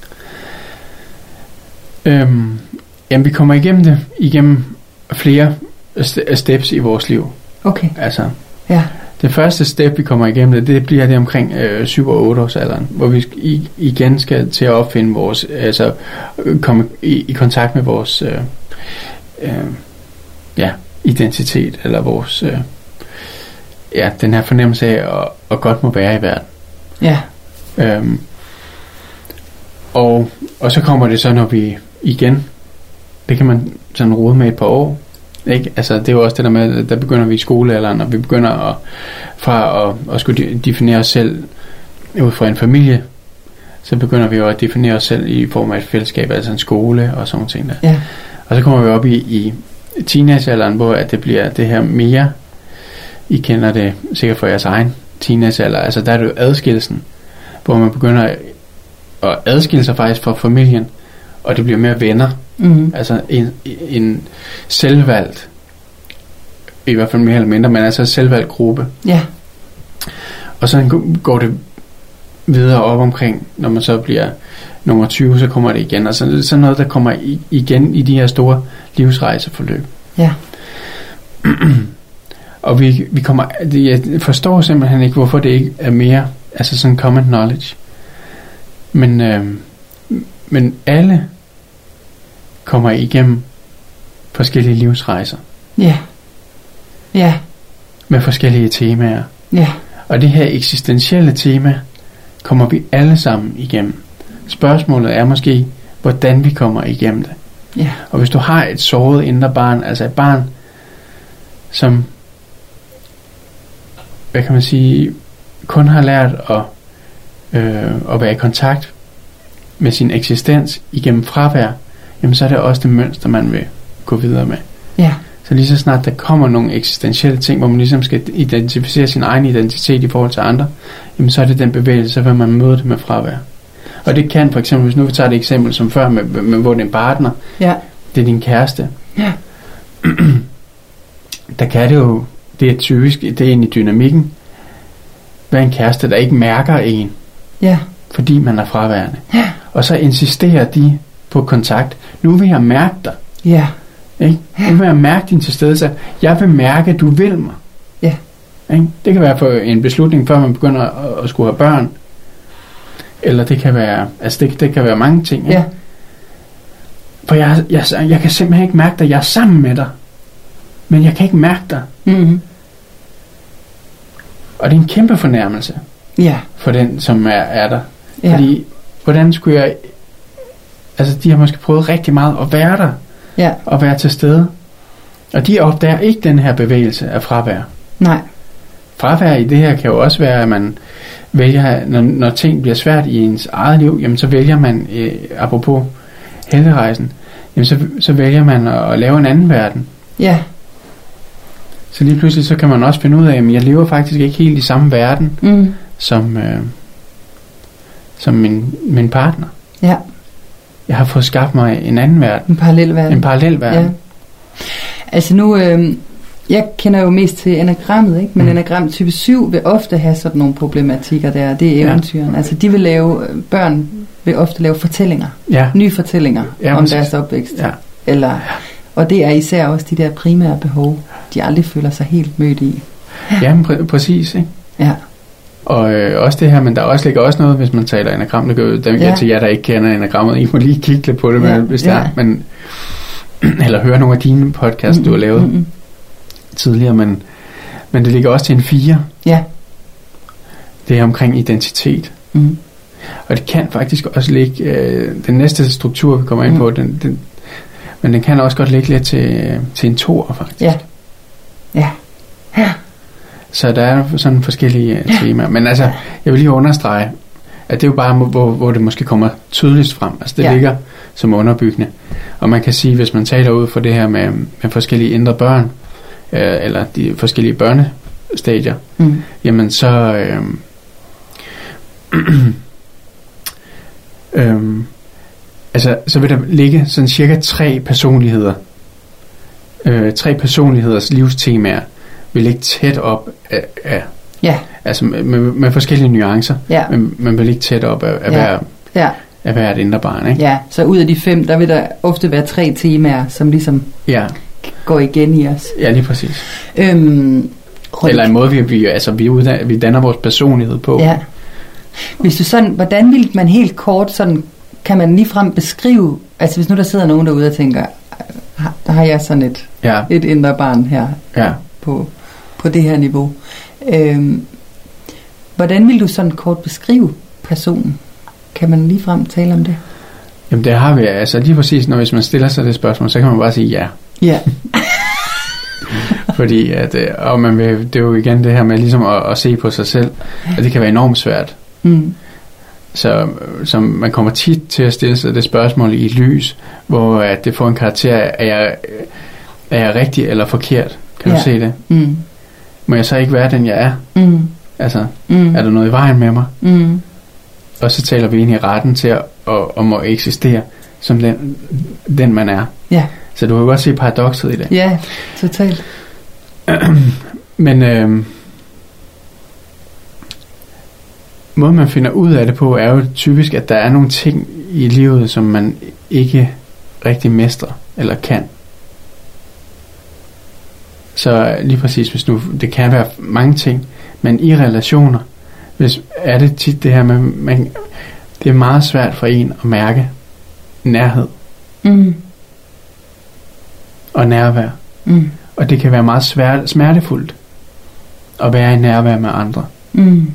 Øhm, jamen vi kommer igennem det, igennem flere steps i vores liv. Okay. Altså, ja. Det første step, vi kommer igennem det, det bliver det omkring øh, syv og otte års alderen, hvor vi i, igen skal til at opfinde vores, altså komme i, i kontakt med vores øh, øh, ja, identitet, eller vores, øh, ja, den her fornemmelse af, at, at godt må være i verden. Ja. Øhm, og, og så kommer det så, når vi igen det kan man sådan rode med et par år. Ikke? Altså, det er jo også det der med, der begynder vi i skolealderen, og vi begynder at, fra at, at skulle definere os selv ud fra en familie, så begynder vi jo at definere os selv i form af et fællesskab, altså en skole og sådan ting der.
Ja.
Og så kommer vi op i, i teenagealderen, hvor at det bliver det her mere, I kender det sikkert fra jeres egen teenagealder, altså der er det jo adskillelsen, hvor man begynder at adskille sig faktisk fra familien, og det bliver mere venner. Mm-hmm. Altså en, en selvvalgt, i hvert fald mere eller mindre, men altså en selvvalgt gruppe.
Ja.
Og så går det videre op omkring, når man så bliver nummer tyve, så kommer det igen. Altså det er sådan noget, der kommer igen i de her store livsrejseforløb.
Ja.
Og vi, vi kommer, jeg forstår simpelthen ikke, hvorfor det ikke er mere, altså sådan common knowledge. Men, øh, men alle kommer igennem forskellige livsrejser.
Ja. Ja.
Med forskellige temaer.
Ja.
Og det her eksistentielle tema kommer vi alle sammen igennem. Spørgsmålet er måske, hvordan vi kommer igennem det.
Ja.
Og hvis du har et såret indre barn, altså et barn, som, hvad kan man sige, kun har lært at, øh, at være i kontakt med sin eksistens igennem fravær, jamen så er det også det mønster, man vil gå videre med.
Ja.
Så lige så snart der kommer nogle eksistentielle ting, hvor man ligesom skal identificere sin egen identitet i forhold til andre, jamen så er det den bevægelse, så vil man møde det med fravær. Og det kan for eksempel, hvis nu vi tager det eksempel som før, med, med, med hvor din partner,
ja.
Det er din kæreste.
Ja.
Der kan det jo, det er typisk, det er egentlig dynamikken, være en kæreste, der ikke mærker en,
ja.
Fordi man er fraværende.
Ja.
Og så insisterer de på kontakt. Nu vil jeg mærke dig.
Ja.
Ikke? Nu vil jeg mærke din tilstedeværelse. Jeg vil mærke, at du vil mig.
Ja.
Ikke? Det kan være for en beslutning, før man begynder at, at skulle have børn. Eller det kan være, altså det, det kan være mange ting. Ikke?
Ja.
For jeg, jeg, jeg kan simpelthen ikke mærke dig. Jeg er sammen med dig. Men jeg kan ikke mærke dig.
Mm-hmm.
Og det er en kæmpe fornærmelse.
Ja.
For den, som er, er der.
Ja.
Fordi, hvordan skulle jeg... Altså, de har måske prøvet rigtig meget at være der.
Ja.
Og være til stede. Og de opdager ikke den her bevægelse af fravær.
Nej.
Fravær i det her kan jo også være, at man vælger, når, når ting bliver svært i ens eget liv, jamen så vælger man, øh, apropos helterejsen, jamen så, så vælger man at, at lave en anden verden.
Ja.
Så lige pludselig så kan man også finde ud af, at jeg lever faktisk ikke helt i samme verden,
mm.
som, øh, som min, min partner.
Ja.
Jeg har fået skabt mig en anden verden.
En parallel verden.
En parallel verden.
Ja. Altså nu, øh, jeg kender jo mest til enagrammet, ikke? Men mm. enagram type syv vil ofte have sådan nogle problematikker der. Det er eventyren. Ja. Altså de vil lave, børn vil ofte lave fortællinger.
Ja.
Nye fortællinger
ja,
om deres opvækst.
Ja.
Eller, ja. Og det er især også de der primære behov, de aldrig føler sig helt mødt i.
Ja. Jamen pr- præcis, ikke?
Ja.
Og øh, også det her, men der også ligger også noget, hvis man taler enagram, det gør jo dem, ja. Til jer, der ikke kender enagrammet, I må lige kigge lidt på det, ja. Hvis der ja. er, men, eller høre nogle af dine podcasts, mm-hmm. du har lavet mm-hmm. tidligere, men, men det ligger også til en fire.
Ja.
Det er omkring identitet.
Mm.
Og det kan faktisk også ligge, øh, den næste struktur, vi kommer ind på, mm. den, den, men den kan også godt ligge lidt til, til en toer, faktisk.
Ja. Ja. Ja.
Så der er sådan forskellige ja. temaer. Men altså, jeg vil lige understrege, at det er jo bare, hvor, hvor det måske kommer tydeligst frem. Altså det ja. ligger som underbyggende. Og man kan sige, hvis man taler ud fra det her med, med forskellige indre børn, øh, eller de forskellige børnestadier, mm. jamen så... Øh, øh, altså, så vil der ligge sådan cirka tre personligheder. Øh, tre personligheders livstemaer vil ligge tæt op af, af
ja.
altså med, med, med forskellige nuancer,
ja.
men man vil ligge tæt op af, af,
ja.
hver,
ja.
af hver et indre barn, ikke?
Ja, så ud af de fem, der vil der ofte være tre temaer, som ligesom
ja.
går igen i os.
Ja, lige præcis.
Øhm,
Eller en måde, vi, vi, altså, vi, uddanner, vi danner vores personlighed på.
Ja. Hvis du sådan, hvordan vil man helt kort, sådan, kan man ligefrem beskrive, altså hvis nu der sidder nogen derude og tænker, der har jeg sådan et,
ja.
et indre barn her
ja.
på, på det her niveau. Øhm, hvordan vil du sådan kort beskrive personen? Kan man ligefrem tale om det?
Jamen det har vi, altså lige præcis, når hvis man stiller sig det spørgsmål, så kan man bare sige ja.
Ja.
Fordi at, og man vil, det er jo igen det her med ligesom at, at se på sig selv, at det kan være enormt svært. Mm. Så, så man kommer tit til at stille sig det spørgsmål i et lys, hvor at det får en karakter af, er jeg, er jeg rigtig eller forkert? Kan ja. Du se det? Mm. Må jeg så ikke være den, jeg er? Mm. Altså, mm. er der noget i vejen med mig? Mm. Og så taler vi ind i retten til at, at, at må eksistere som den, den man er. Ja. Så du kan godt se paradokset i det.
Ja, totalt.
Men øh, måden man finder ud af det på er jo typisk, at der er nogle ting i livet, som man ikke rigtig mestrer eller kan. Så lige præcis, hvis nu, det kan være mange ting, men i relationer, hvis er det tit det her med, man, det er meget svært for en at mærke nærhed. Mm. Og nærvær. Mm. Og det kan være meget svært, smertefuldt at være i nærvær med andre. Mm.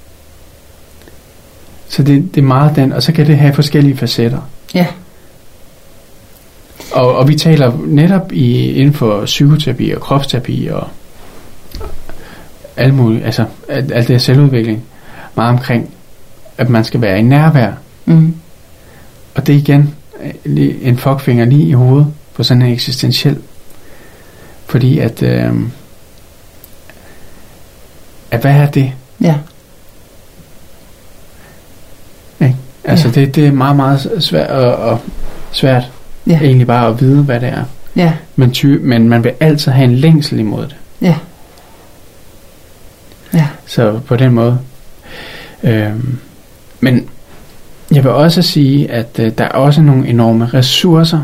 Så det, det er meget den, og så kan det have forskellige facetter. Ja. Og, og vi taler netop i, inden for psykoterapi og kropsterapi og alt muligt, altså alt, alt det her selvudvikling, meget omkring, at man skal være i nærvær. Mm. Og det er igen en fuckfinger lige i hovedet på sådan en eksistentiel. Fordi at, øh, at hvad er det? Ja. Ikke? Altså ja. det, det er meget, meget svært, og, og svært ja. Egentlig bare at vide, hvad det er. Ja. Men, ty, men man vil altid have en længsel imod det. Ja. Ja. Så på den måde. Øh, men jeg vil også sige, at øh, der er også nogle enorme ressourcer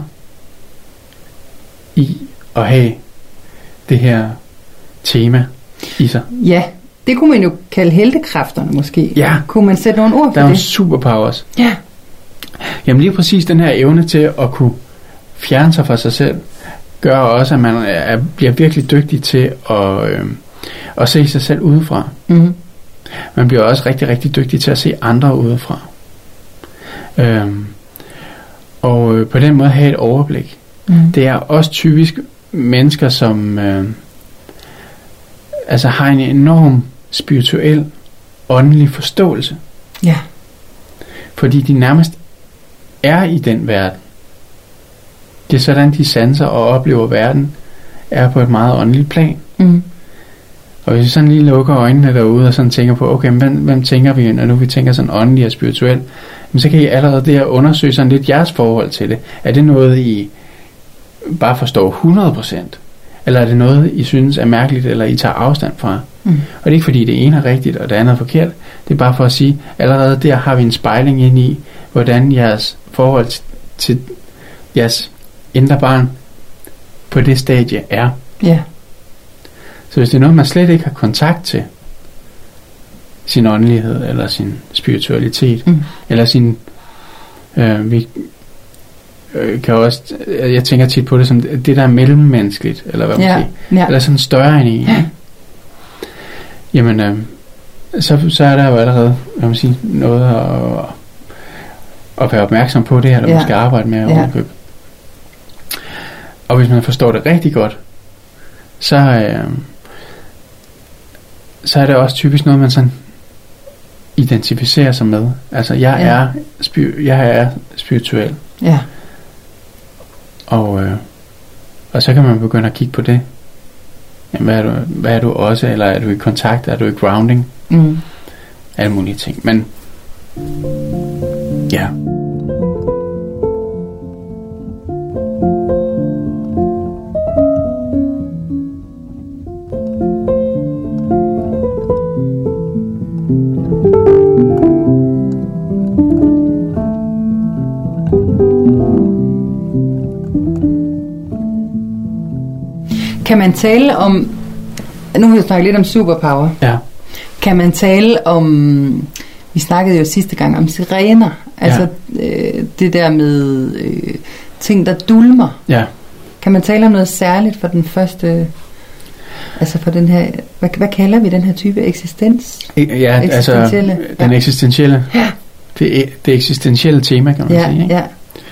i at have det her tema i sig.
Ja, det kunne man jo kalde heltekræfterne måske. Ja. Kunne man sætte nogle ord på det?
Der er jo superpowers. Ja. Jamen lige præcis den her evne til at kunne fjerne sig fra sig selv, gør også, at man er, bliver virkelig dygtig til at, øh, at se sig selv udefra. Mm-hmm. Man bliver også rigtig, rigtig dygtig til at se andre udefra. Øhm, og øh, på den måde have et overblik. Mm. Det er også typisk mennesker, som øh, altså har en enorm spirituel, åndelig forståelse. Ja. Fordi de nærmest er i den verden. Det er sådan, de sanser og oplever verden, er på et meget åndeligt plan. Mm. Og hvis vi sådan lige lukker øjnene derude og sådan tænker på, okay, hvem, hvem tænker vi, når nu vi tænker sådan åndelig og spirituel, men så kan I allerede der undersøge sådan lidt jeres forhold til det. Er det noget, I bare forstår hundrede procent? Eller er det noget, I synes er mærkeligt, eller I tager afstand fra? Mm. Og det er ikke fordi det ene er rigtigt, og det andet er forkert. Det er bare for at sige, allerede der har vi en spejling ind i, hvordan jeres forhold til jeres indre barn på det stadie er. Ja. Yeah. Så hvis det er noget, man slet ikke har kontakt til, sin åndelighed, eller sin spiritualitet, mm. eller sin, øh, vi øh, kan også, jeg tænker tit på det som det, der er mellemmenneskeligt, eller hvad man yeah. siger, yeah. eller sådan større end en, yeah. jamen, øh, så, så er der jo allerede, hvad man siger, noget at, at være opmærksom på det her, der yeah. man skal arbejde med at yeah. overkøbe. Og hvis man forstår det rigtig godt, så øh, så er det også typisk noget, man sådan identificerer sig med. Altså, jeg ja. er spir- jeg er spirituel. Ja. Og øh, og så kan man begynde at kigge på det. Jamen, hvad er du, hvad er du også? Eller er du i kontakt? Er du i grounding? Mm. Alle mulige ting. Men ja.
Kan man tale om, nu har vi snakket lidt om superpower, ja. Kan man tale om, vi snakkede jo sidste gang om sirener, altså ja. øh, det der med øh, ting, der dulmer. Ja. Kan man tale om noget særligt for den første, altså for den her, hvad, hvad kalder vi den her type eksistens?
Ja, altså den ja. eksistentielle, ja. det, det eksistentielle tema, kan man
ja,
sige. Ikke?
Ja.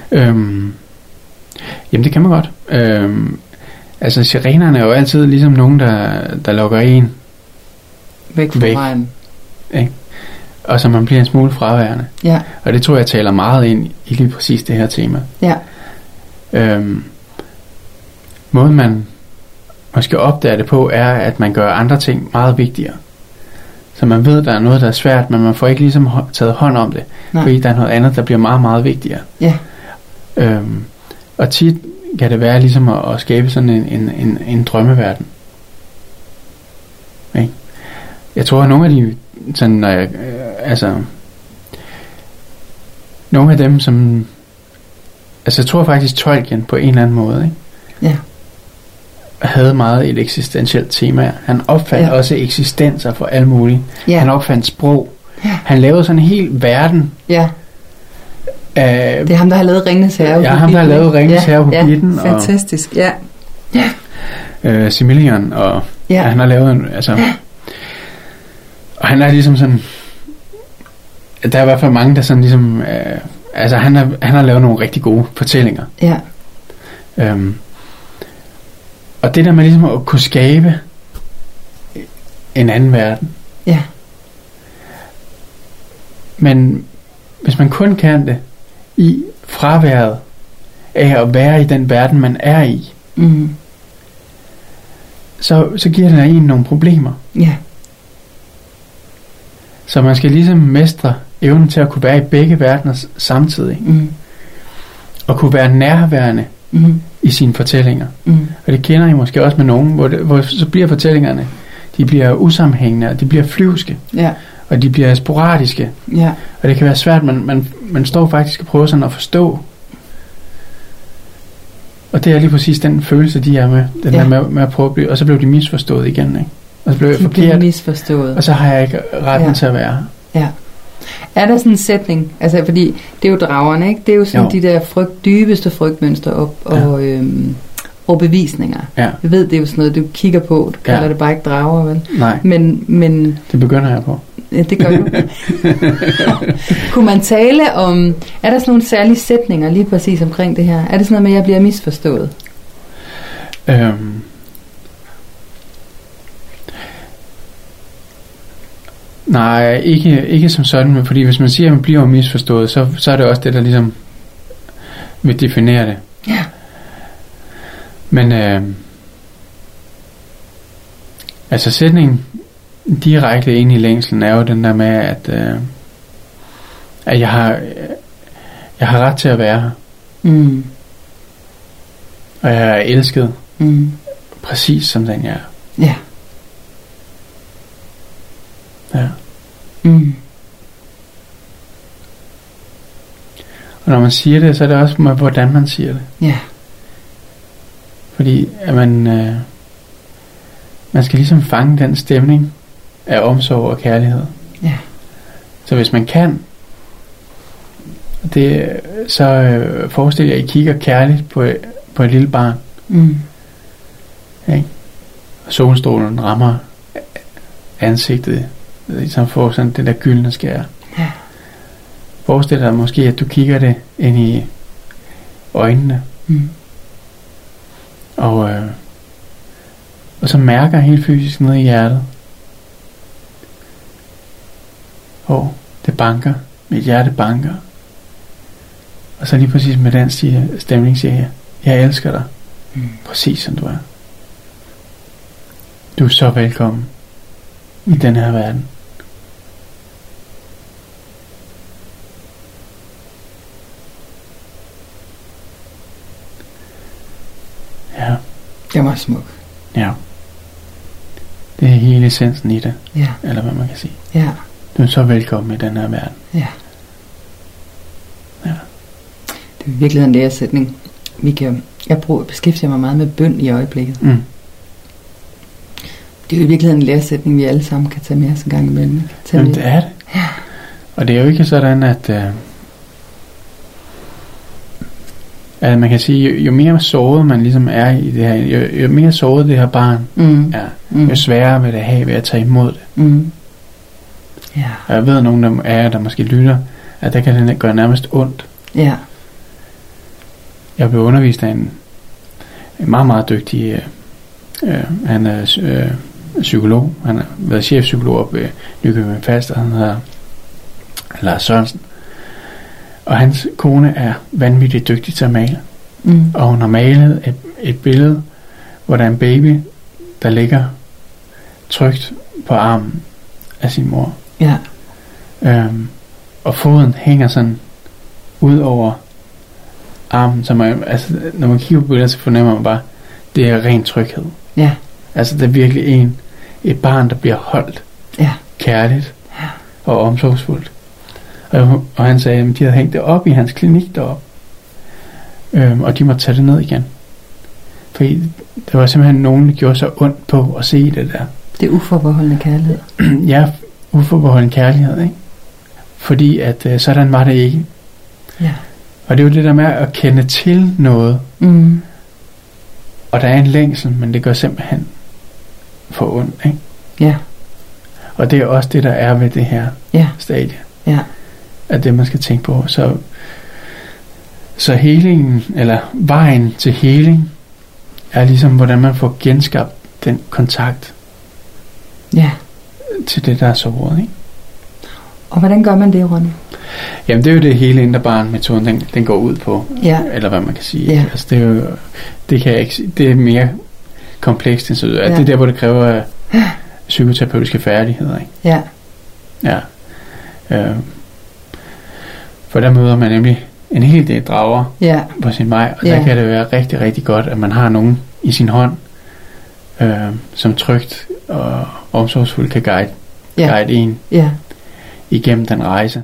Øhm, jamen det kan man godt. Øhm, altså sirenerne er jo altid ligesom nogen, der, der lukker en
væk fra vejen.
Ikke? Og så man bliver en smule fraværende.
Ja.
Og det tror jeg taler meget ind i lige præcis det her tema.
Ja.
Øhm, måden man måske opdager det på, er at man gør andre ting meget vigtigere. Så man ved, at der er noget, der er svært, men man får ikke ligesom taget hånd om det. Nej. Fordi der er noget andet, der bliver meget, meget vigtigere.
Ja.
Øhm, og tit kan det være ligesom at, at skabe sådan en, en, en, en drømmeverden. Okay. Jeg tror, at nogle af de sådan, når jeg, øh, altså nogle af dem, som altså jeg tror faktisk Tolkien på en eller anden måde, ikke?
Ja.
Havde meget et eksistentielt tema. Han opfandt ja. også eksistenser for alt muligt. Ja. Han opfandt sprog. Ja. Han lavede sådan en hel verden.
Ja. Af, det er ham, der har lavet Ringenes Herre.
Ja, ham, der har lavet Ringenes Herre på Bitten.
Ja, fantastisk. Ja.
Ja. Øh, Silmarillion, og ja. Ja, han har lavet en, altså, ja. Og han er ligesom sådan, der er i hvert fald mange, der sådan ligesom, øh, altså han har, han har lavet nogle rigtig gode fortællinger.
Ja.
Øhm, og det der med ligesom at kunne skabe en anden verden.
Ja.
Men hvis man kun kan det i fraværet af at være i den verden, man er i,
mm.
så, så giver det en nogle problemer.
Ja.
Så man skal ligesom mestre evnen til at kunne være i begge verdener samtidig.
Mm.
Og kunne være nærværende
mm.
i sine fortællinger.
Mm.
Og det kender I måske også med nogen, hvor, det, hvor så bliver fortællingerne, de bliver usammenhængende, og de bliver flyvske.
Ja.
Og de bliver sporadiske.
Ja.
Og det kan være svært, man, man, man står faktisk og prøver sådan at forstå. Og det er lige præcis den følelse, de er med. Den ja. der med, med at prøve at blive, og så blev de misforstået igen, ikke? Og så blev jeg forkert.
Misforstået.
Og så har jeg ikke retten ja. til at være.
Ja. Er der sådan en sætning, altså fordi det er jo dragerne, ikke? Det er jo sådan jo. de der frygt, dybeste frygtmønster op, ja. og øhm, overbevisninger.
Ja.
Jeg ved, det er jo sådan noget, du kigger på, du kalder ja. det bare ikke drager, vel?
Nej,
men, men,
det begynder jeg på.
Ja, det gør du. Kunne man tale om, er der sådan nogle særlige sætninger lige præcis omkring det her? Er det sådan noget med, at jeg bliver misforstået?
Øhm. Nej, ikke, ikke som sådan, fordi hvis man siger, at man bliver misforstået, så, så er det også det, der ligesom vil definere det.
Ja.
Men øh, altså sætningen direkte ind i længslen er jo den der med, at, øh, at jeg har jeg har ret til at være her.
Mm.
Og jeg er elsket
mm.
præcis som den jeg er.
Ja.
Ja.
Mm.
Og når man siger det, så er det også med, hvordan man siger det.
Ja.
Fordi at man, øh, man skal ligesom fange den stemning af omsorg og kærlighed.
Ja.
Så hvis man kan, det, så øh, forestil jer, at I kigger kærligt på, på et lille barn.
Mm.
Okay? Og solstrålen rammer ansigtet, ligesom får sådan det der gyldne skær.
Ja.
Forestil dig måske, at du kigger det ind i øjnene.
Mm.
Og, øh, og så mærker helt fysisk ned i hjertet. Og det banker. Mit hjerte banker. Og så lige præcis med den siger, stemning siger jeg, jeg elsker dig.
Mm.
Præcis som du er. Du er så velkommen i den her verden. Ja.
Det var smuk.
Ja. Det er hele essensen i det.
Ja.
Eller hvad man kan sige.
Ja.
Du er så velkommen i den her verden.
Ja.
Ja.
Det er virkelig en læresætning. Vi kan, jeg bruger, beskæftiger mig meget med bøn i øjeblikket.
Mm.
Det er jo i virkeligheden en læresætning, vi alle sammen kan tage med os en gang imellem.
Jamen med. Det er det.
Ja.
Og det er jo ikke sådan, at, øh, at man kan sige, jo, jo mere såret man ligesom er i det her, jo, jo mere såret det her barn
mm.
er,
mm.
jo sværere vil det have ved at tage imod det.
Mm. Ja.
Og jeg ved, at nogen af jer, der måske lytter, at der kan det gøre nærmest ondt.
Ja.
jeg blev undervist af en, en meget, meget dygtig, øh, øh, han er øh, psykolog, han har været chefpsykolog op ved Nykøbing Falster, han hedder Lars Sørensen, og hans kone er vanvittigt dygtig til at male, mm. og hun har malet et, et billede, hvor der er en baby, der ligger trygt på armen af sin mor.
Ja.
Øhm, og foden hænger sådan ud over armen, så man, altså, når man kigger på billedet, så fornemmer man bare, det er ren tryghed.
Ja.
Altså det er virkelig en, et barn, der bliver holdt,
ja.
kærligt ja. og omsorgsfuldt. Og, og han sagde, at de havde hængt det op i hans klinik deroppe, øhm, og de måtte tage det ned igen. Fordi der var simpelthen nogen, der gjorde så ondt på at se det der.
Det er uforbeholdende kærlighed.
Ja, uforbeholdende kærlighed, ikke? Fordi at øh, sådan var det ikke.
Ja.
Og det er jo det der med at kende til noget.
Mm.
Og der er en længsel, men det gør simpelthen for ondt, ikke?
Ja.
Og det er også det, der er ved det her
ja.
stadie.
Ja.
At det, man skal tænke på. Så, så helingen, eller vejen til heling, er ligesom, hvordan man får genskabt den kontakt
ja.
til det, der er såret, ikke?
Og hvordan gør man det, Ronny?
Jamen, det er jo det hele indre barn-metoden, den, den går ud på.
Ja.
Eller hvad man kan sige.
Ja.
Altså, det er jo, det kan jeg ikke, det er mere komplekst end så. Ja. Det er der, hvor det kræver psykoterapeutiske færdigheder, ikke?
Ja.
Ja. Øh, for der møder man nemlig en hel del drager
ja.
på sin vej, og
ja.
der kan det være rigtig, rigtig godt, at man har nogen i sin hånd, øh, som trygt og omsorgsfuldt kan guide,
ja.
guide en
ja.
igennem den rejse.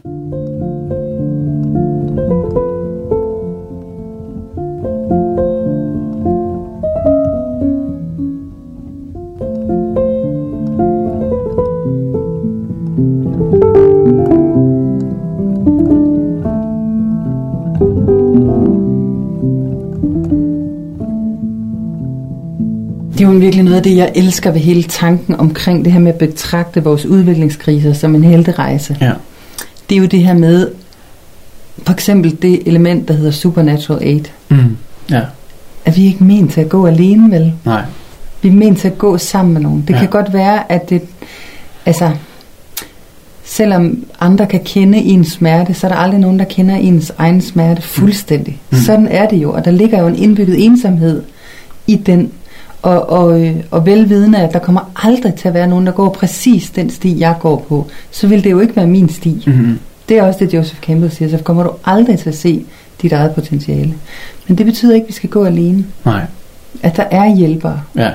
Det er jo virkelig noget af det, jeg elsker ved hele tanken omkring det her med at betragte vores udviklingskriser som en helterejse.
Ja.
Det er jo det her med, for eksempel det element, der hedder supernatural aid.
Mm. Ja.
At vi ikke er ment til at gå alene, vel?
Nej.
Vi er ment til at gå sammen med nogen. Det
ja.
kan godt være, at det, altså, selvom andre kan kende ens smerte, så er der aldrig nogen, der kender ens egen smerte fuldstændig. Mm. Sådan er det jo, og der ligger jo en indbygget ensomhed i den. Og, og, og velvidende, at der kommer aldrig til at være nogen, der går præcis den sti, jeg går på, så vil det jo ikke være min sti.
Mm-hmm.
Det er også det, Joseph Campbell siger, så kommer du aldrig til at se dit eget potentiale. Men det betyder ikke, at vi skal gå alene.
Nej.
At der er hjælpere.
Ja.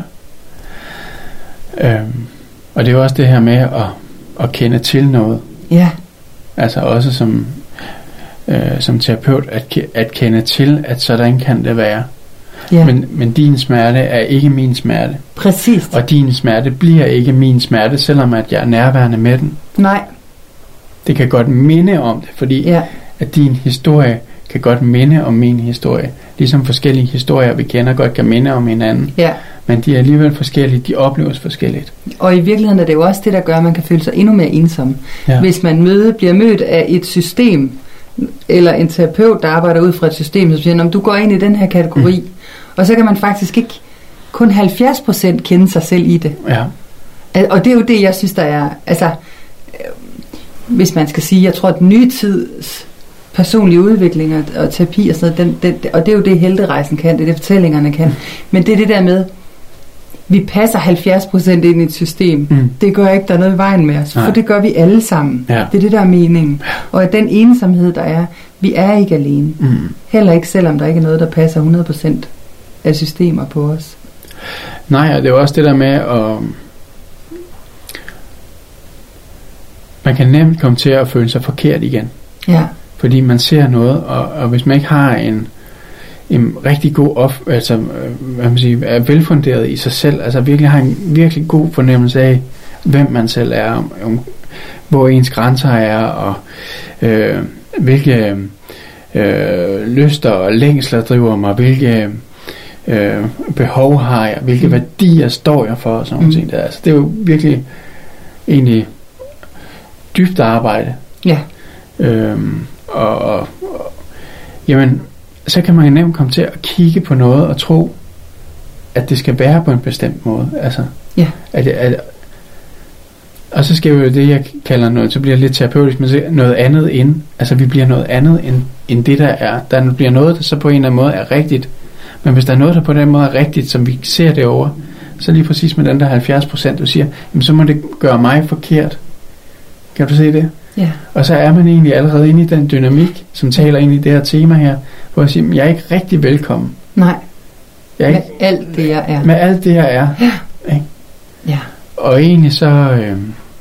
Øhm, og det er jo også det her med at, at kende til noget.
Ja.
Altså også som, øh, som terapeut, at, at kende til, at sådan kan det være. Ja. Men, men din smerte er ikke min smerte.
Præcis.
Og din smerte bliver ikke min smerte, selvom at jeg er nærværende med den.
Nej.
Det kan godt minde om det, fordi
ja.
at din historie kan godt minde om min historie. Ligesom forskellige historier, vi kender, godt kan minde om hinanden.
Ja.
Men de er alligevel forskellige, de opleves forskelligt.
Og i virkeligheden er det jo også det, der gør, at man kan føle sig endnu mere ensom.
Ja.
Hvis man møde, bliver mødt af et system, eller en terapeut, der arbejder ud fra et system, så siger, om du går ind i den her kategori, mm. og så kan man faktisk ikke kun halvfjerds procent kende sig selv i det.
Ja.
Og det er jo det, jeg synes, der er, altså, hvis man skal sige, jeg tror, at nye tids personlige udvikling og, og terapi og sådan noget, den, den, og det er jo det, helterejsen kan, det er det, fortællingerne kan, men det er det der med, vi passer halvfjerds procent ind i et system. Mm. Det gør ikke, der er noget i vejen med os, for Nej. Det gør vi alle sammen.
Ja.
Det er det, der er meningen. Og at den ensomhed, der er, vi er ikke alene. Mm. Heller ikke, selvom der ikke er noget, der passer hundrede procent af systemer på os.
Nej, og det er også det der med at man kan nemt komme til at føle sig forkert igen.
Ja.
Fordi man ser noget, og, og hvis man ikke har en en rigtig god off, altså hvad man siger, er velfunderet i sig selv, altså virkelig har en virkelig god fornemmelse af, hvem man selv er, om, om, hvor ens grænser er, og øh, hvilke øh, lyster og længsler driver mig, hvilke øh, behov har jeg, hvilke mm. værdier står jeg for, og sådan mm. ting der. Altså, det er jo virkelig egentlig dybt arbejde.
Ja.
Øhm, og, og, og jamen så kan man nemt komme til at kigge på noget og tro, at det skal være på en bestemt måde. Altså,
ja.
at, at, og så skal jo det, jeg kalder noget, så bliver det lidt terapeutisk, men så noget andet end, altså vi bliver noget andet end, end det, der er. Der bliver noget, der så på en eller anden måde er rigtigt, men hvis der er noget, der på den måde er rigtigt, som vi ser det over, så lige præcis med den der halvfjerds procent, du siger, jamen så må det gøre mig forkert. Kan du se det?
Ja.
Og så er man egentlig allerede inde i den dynamik, som taler ind i det her tema her, hvor jeg siger, jeg er ikke rigtig velkommen.
Nej.
Jeg er
med
ikke,
alt det, jeg er.
Med alt det, jeg er.
Ja.
Ikke?
Ja.
Og egentlig så, øh,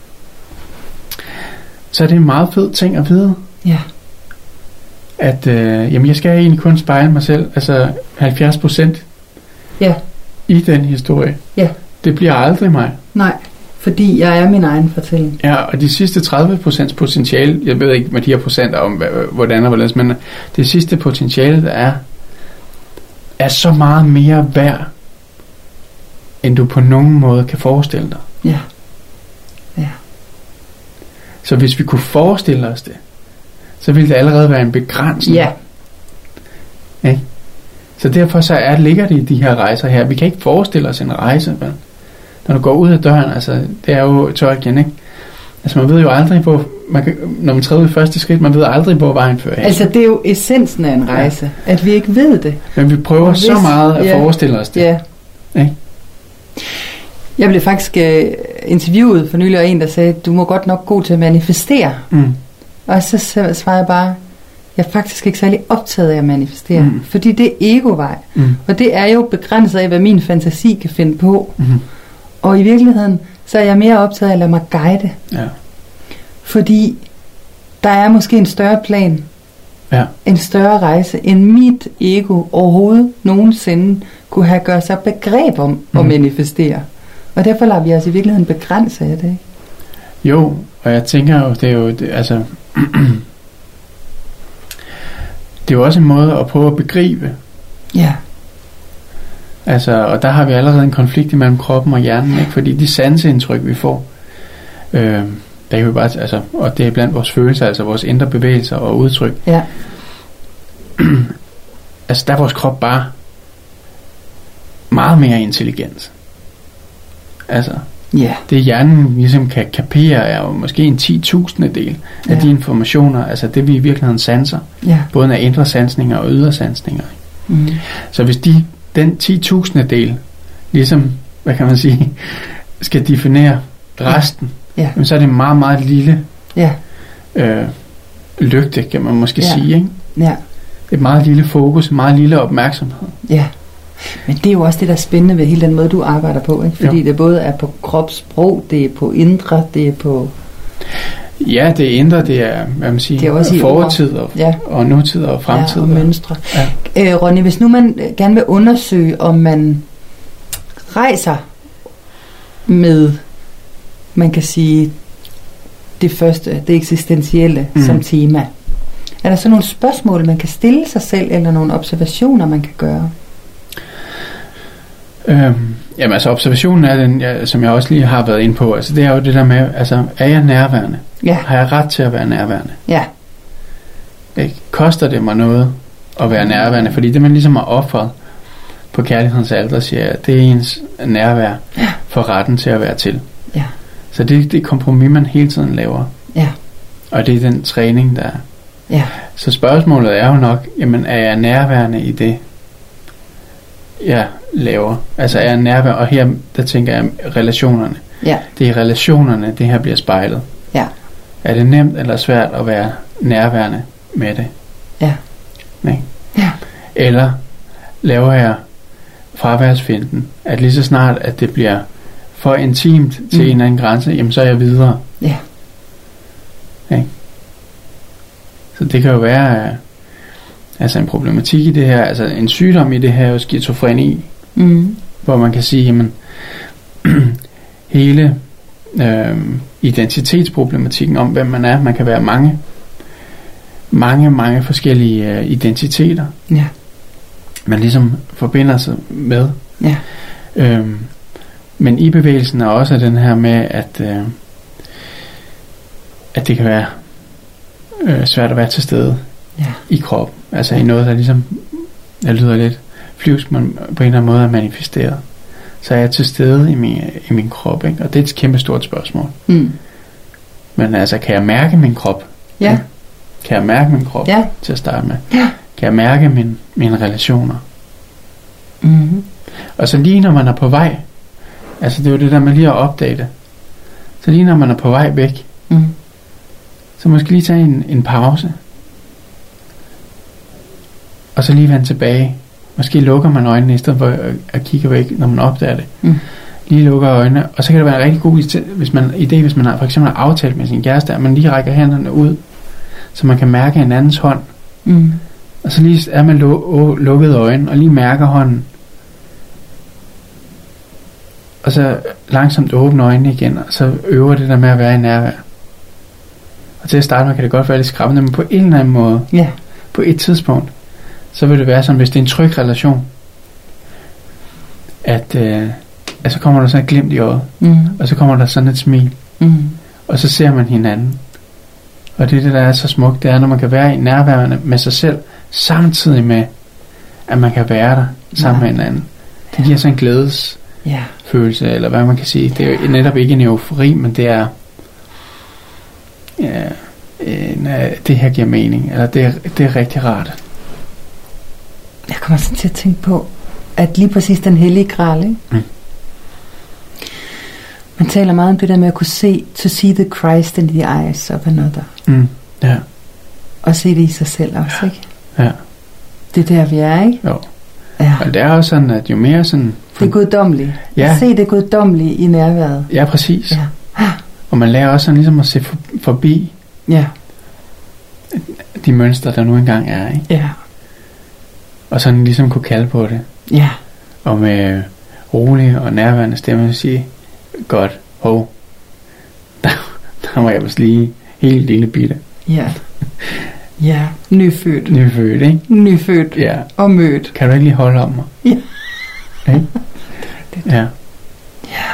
så er det en meget fed ting at vide.
Ja.
At, øh, jamen jeg skal egentlig kun spejle mig selv, altså halvfjerds procent
ja.
i den historie.
Ja.
Det bliver aldrig mig.
Nej. Fordi jeg er min egen fortælling.
Ja, og de sidste tredive procent potentiale, jeg ved ikke med de her procenter om, hvordan og hvordan, men det sidste potentiale, der er, er så meget mere værd, end du på nogen måde kan forestille dig.
Ja. Ja.
Så hvis vi kunne forestille os det, så ville det allerede være en begrænsning.
Ja.
Ja. Så derfor så er, ligger det i de her rejser her. Vi kan ikke forestille os en rejse, vel? Når du går ud af døren, altså, det er jo Tolkien, ikke? Altså, man ved jo aldrig, hvor, man kan, når man træder ud i første skridt, man ved aldrig, hvor vejen fører hen.
Altså, det er jo essensen af en rejse, ja. At vi ikke ved det.
Men vi prøver hvis, så meget at ja, forestille os det.
Ja.
Ikke?
Jeg blev faktisk uh, interviewet for nylig af en, der sagde, du må godt nok gå til at manifestere.
Mm.
Og så svarede jeg bare, jeg er faktisk ikke særlig optaget af at manifestere, mm. fordi det er egovej. Mm. Og det er jo begrænset af, hvad min fantasi kan finde på. Mm. Og i virkeligheden, så er jeg mere optaget af at lade mig guide.
Ja.
Fordi der er måske en større plan,
ja.
En større rejse, end mit ego overhovedet nogensinde kunne have gjort sig begreb om mm. at manifestere. Og derfor lader vi os i virkeligheden begrænse af det, ikke?
Jo, og jeg tænker jo, det er jo, det, altså, det er jo også en måde at prøve at begribe.
Ja.
Altså, og der har vi allerede en konflikt imellem kroppen og hjernen, ikke? Fordi de sanseindtryk, vi får, øh, der er jo bare, altså, og det er blandt vores følelser, altså vores indre bevægelser og udtryk.
Ja.
Altså, der er vores krop bare meget mere intelligent. Altså,
yeah.
det hjernen ligesom kan kapere, er jo måske en ti tusinde del af yeah. de informationer, altså det vi i virkeligheden sanser, yeah. både af indre sansninger og ydre sansninger. Mm. Så hvis de, den ti tusinde del, ligesom, hvad kan man sige, skal definere resten, yeah. Yeah. så er det meget, meget lille yeah. øh, lygte, kan man måske yeah. sige, ikke?
Yeah.
Et meget lille fokus, meget lille opmærksomhed.
Ja. Yeah. Men det er jo også det, der er spændende ved hele den måde, du arbejder på, ikke? Fordi jo. Det både er på kropssprog, det er på indre, det er på...
Ja, det er indre, det er, hvad man siger, det er også fortid og, ja. og nutid og fremtid.
Ja, og mønstre.
Ja.
Øh, Ronny, hvis nu man gerne vil undersøge, om man rejser med, man kan sige, det første, det eksistentielle mm. som tema, er der så nogle spørgsmål, man kan stille sig selv, eller nogle observationer, man kan gøre?
Øhm, jamen altså observationen er den, ja, som jeg også lige har været inde på, altså det er jo det der med, altså er jeg nærværende?
Ja.
Har jeg ret til at være nærværende?
Ja.
Ikke? Koster det mig noget at være nærværende? Fordi det man ligesom har offret på kærlighedens alter, siger jeg, det er ens nærvær
ja.
For retten til at være til.
Ja.
Så det er det kompromis, man hele tiden laver.
Ja.
Og det er den træning, der er.
Ja.
Så spørgsmålet er jo nok, jamen er jeg nærværende i det, jeg laver? Altså er jeg nærværende? Og her, der tænker jeg relationerne.
Ja.
Det er relationerne, det her bliver spejlet.
Ja.
Er det nemt eller svært at være nærværende med det?
Ja.
Nej.
Ja.
Eller laver jeg fraværsfinden, at lige så snart, at det bliver for intimt til mm. en eller anden grænse, jamen så er jeg videre.
Ja.
Okay. Så det kan jo være altså en problematik i det her, altså en sygdom i det her, jo skizofreni, mm. hvor man kan sige, jamen hele øh, identitetsproblematikken om, hvem man er, man kan være mange, mange, mange forskellige øh, identiteter,
ja.
Man ligesom forbinder sig med.
Ja.
Øhm, men i bevægelsen er også den her med, at, øh, at det kan være øh, svært at være til stede
ja.
I kroppen. Altså ja. I noget, der ligesom jeg lyder lidt flyvsk, men på en eller anden måde er manifesteret. Så er jeg til stede i min, i min krop, ikke? Og det er et kæmpe stort spørgsmål. Mm. Men altså, kan jeg mærke min krop?
Ja.
Ja. Kan jeg mærke min krop
ja.
til at starte med?
Ja.
Kan jeg mærke min, mine relationer?
Mm-hmm.
Og så lige når man er på vej, altså det er jo det der med lige at opdage det, så lige når man er på vej væk, mm. så måske lige tage en, en pause, og så lige vende tilbage. Måske lukker man øjnene i stedet for at, at kigge væk, når man opdager det. Mm. Lige lukker øjnene, og så kan det være en rigtig god idé, hvis man, idé, hvis man har, for eksempel har aftalt med sin kæreste, at man lige rækker hænderne ud, så man kan mærke en andens hånd. Mm. Og så lige er man lu- lukket øjne, og lige mærker hånden. Og så langsomt åbne øjnene igen, og så øver det der med at være i nærvær. Og til at starte med kan det godt være lidt skræmmende, men på en eller anden måde,
yeah.
på et tidspunkt, så vil det være sådan, hvis det er en tryg relation, at, øh, at så kommer der sådan et glimt i øjet, mm. og så kommer der sådan et smil, mm. og så ser man hinanden. Og det er det, der er så smukt, det er, når man kan være i nærvær med sig selv, samtidig med, at man kan være der sammen ja. med hinanden. Det giver sådan en glædes ja. følelse, eller hvad man kan sige. Det er jo netop ikke en eufori, men det er, ja, en, det her giver mening, eller det er, det er rigtig rart.
Jeg kommer sådan til at tænke på, at lige præcis den hellige gral, ikke? Mm. Man taler meget om det der med at kunne se, to see the Christ in the eyes of another.
Mm. Ja.
Og se det i sig selv også,
ja.
ikke?
Ja.
Det er der, vi er, ikke?
Jo.
Ja.
Og det er også sådan, at jo mere sådan...
Det er guddommeligt.
Ja.
Se det guddommelige i nærværet.
Ja, præcis.
Ja.
Og man lærer også sådan ligesom at se for, forbi
ja.
de mønstre, der nu engang er, ikke?
Ja.
Og sådan ligesom kunne kalde på det.
Ja.
Og med rolig og nærværende stemme sige, godt, hov, der, der var jeg vist lige helt lille bitte.
Ja. Ja, nyfødt.
Nyfødt, ikke?
Nyfødt
ja.
og mødt.
Kan du ikke lige holde om mig?
Ja.
Okay? Ja.
Ja.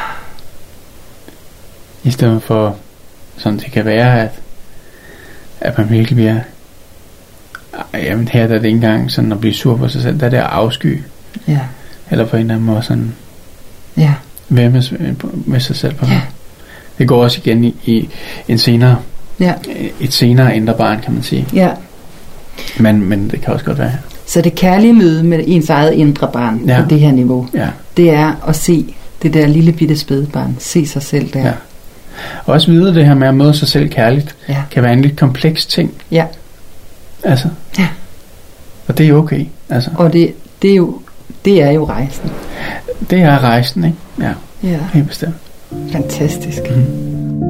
I stedet for, sådan det kan være, at, at man virkelig bliver, jamen her der er det ikke engang sådan at blive sur på sig selv, der er det at afsky.
Ja.
Eller på en eller anden måde sådan,
ja.
være med, med sig selv på
ja.
Det går også igen i, i en senere,
ja.
et senere indre barn, kan man sige.
Ja.
Men, men det kan også godt være.
Så det kærlige møde med ens eget indre barn ja. på det her niveau,
ja.
det er at se det der lille bitte spædbarn, se sig selv der.
Ja. Og også vide det her med at møde sig selv kærligt,
ja.
kan være en lidt kompleks ting.
Ja.
Altså.
Ja.
Og det er okay. Altså.
Og det, det, er jo, det er jo rejsen.
Det er rejsen, ikke? Ja.
Ja.
Helt bestemt.
Fantastisk.
Mm.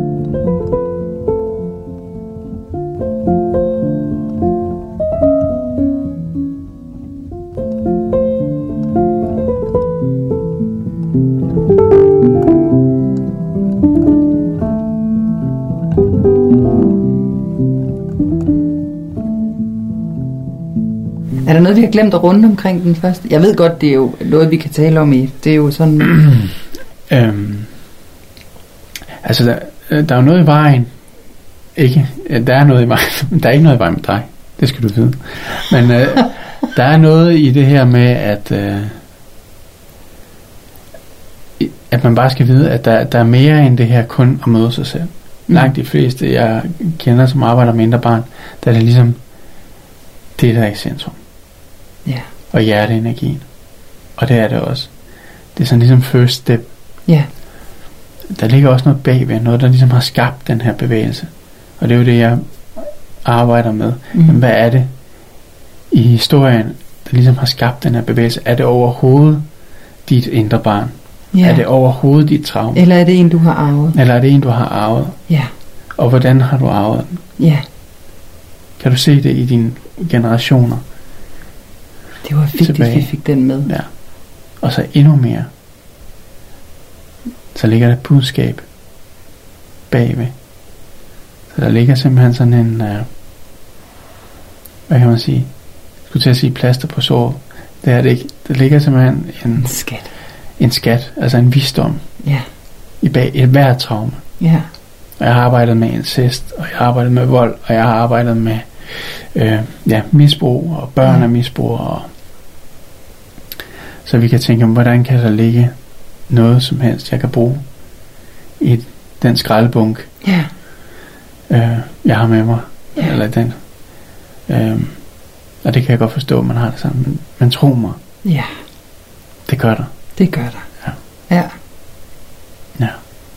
Er der noget, vi har glemt at runde omkring den første? Jeg ved godt, det er jo noget, vi kan tale om i. Det er jo sådan...
øhm, altså, der, der er jo noget i vejen. Ikke? Der er noget i vejen. Der er ikke noget i vejen med dig. Det skal du vide. Men øh, der er noget i det her med, at... Øh, at man bare skal vide, at der, der er mere end det her kun at møde sig selv. Mm. Langt de fleste, jeg kender, som arbejder med indre barn, der er det ligesom det, der er i centrum.
Ja.
Og hjerteenergien. Og det er det også. Det er sådan ligesom first step.
Ja.
Der ligger også noget bagved, noget der ligesom har skabt den her bevægelse. Og det er jo det, jeg arbejder med. Mm. Men hvad er det i historien, der ligesom har skabt den her bevægelse? Er det overhovedet dit indre barn? Ja. Er det overhovedet dit traume?
Eller er det en, du har arvet?
Eller er det en, du har arvet?
Ja.
Og hvordan har du arvet den?
Ja.
Kan du se det i dine generationer?
Det var vigtigt, at vi fik den med.
Ja. Og så endnu mere. Så ligger der et budskab bagved. Så der ligger simpelthen sådan en, uh, hvad kan man sige? Jeg skulle til at sige plaster på såret. Det er det ikke. Der ligger simpelthen en,
en skat.
En skat, altså en visdom.
Ja.
I bag et hvert traume.
Ja.
Og jeg har arbejdet med incest, og jeg har arbejdet med vold, og jeg har arbejdet med øh, ja, misbrug, og børn af misbrug, og Så vi kan tænke, hvordan kan der ligge noget som helst, jeg kan bruge i den skraldebunk,
ja.
øh, jeg har med mig.
Ja.
Eller den. Øh, og det kan jeg godt forstå, at man har det sådan. Men, men tro mig.
Ja.
Det gør der.
Det gør der.
Ja.
Ja.
Ja.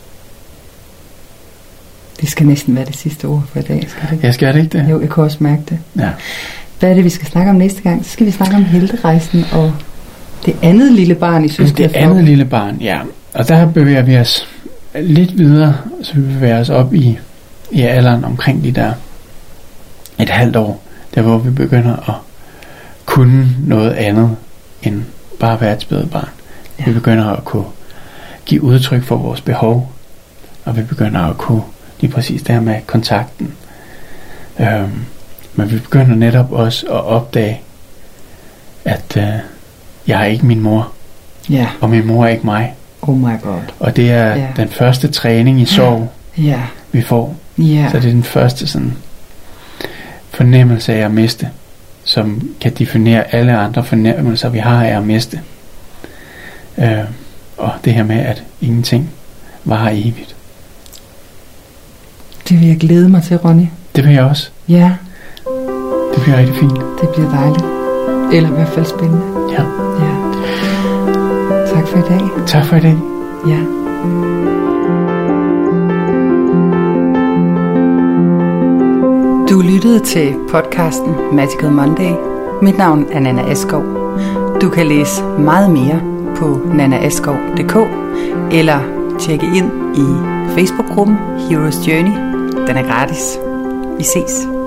Det skal næsten være det sidste ord for i dag, skal det ikke?
Jeg skal det ikke det?
Jo, jeg kan også mærke det.
Ja.
Hvad er det, vi skal snakke om næste gang? Så skal vi snakke om helterejsen og det andet lille barn i søskendeflokken.
Det andet lille barn, ja. Og der bevæger vi os lidt videre, så vi bevæger os op i, i alderen omkring de der et halvt år, der hvor vi begynder at kunne noget andet end bare at være et spædbarn. Ja. Vi begynder at kunne give udtryk for vores behov, og vi begynder at kunne lige præcis det her med kontakten. Øhm, men vi begynder netop også at opdage, at øh, jeg er ikke min mor,
ja.
og min mor er ikke mig.
Oh my god.
Og det er ja. den første træning i sorg,
ja.
vi får.
Ja.
Så det er den første sådan fornemmelse af at miste, som kan definere alle andre fornemmelser, vi har af at miste. Øh, og det her med, at ingenting varer evigt.
Det vil jeg glæde mig til, Ronny.
Det vil jeg også.
Ja.
Det bliver rigtig fint.
Det bliver dejligt. Eller i hvert fald spændende.
Ja.
Ja. Tak for i dag.
Tak for i dag.
Ja. Du lyttede til podcasten Magical Monday. Mit navn er Nanna Askov. Du kan læse meget mere på nanna askov punktum d k eller tjekke ind i Facebook-gruppen Heroes Journey. Den er gratis. Vi ses.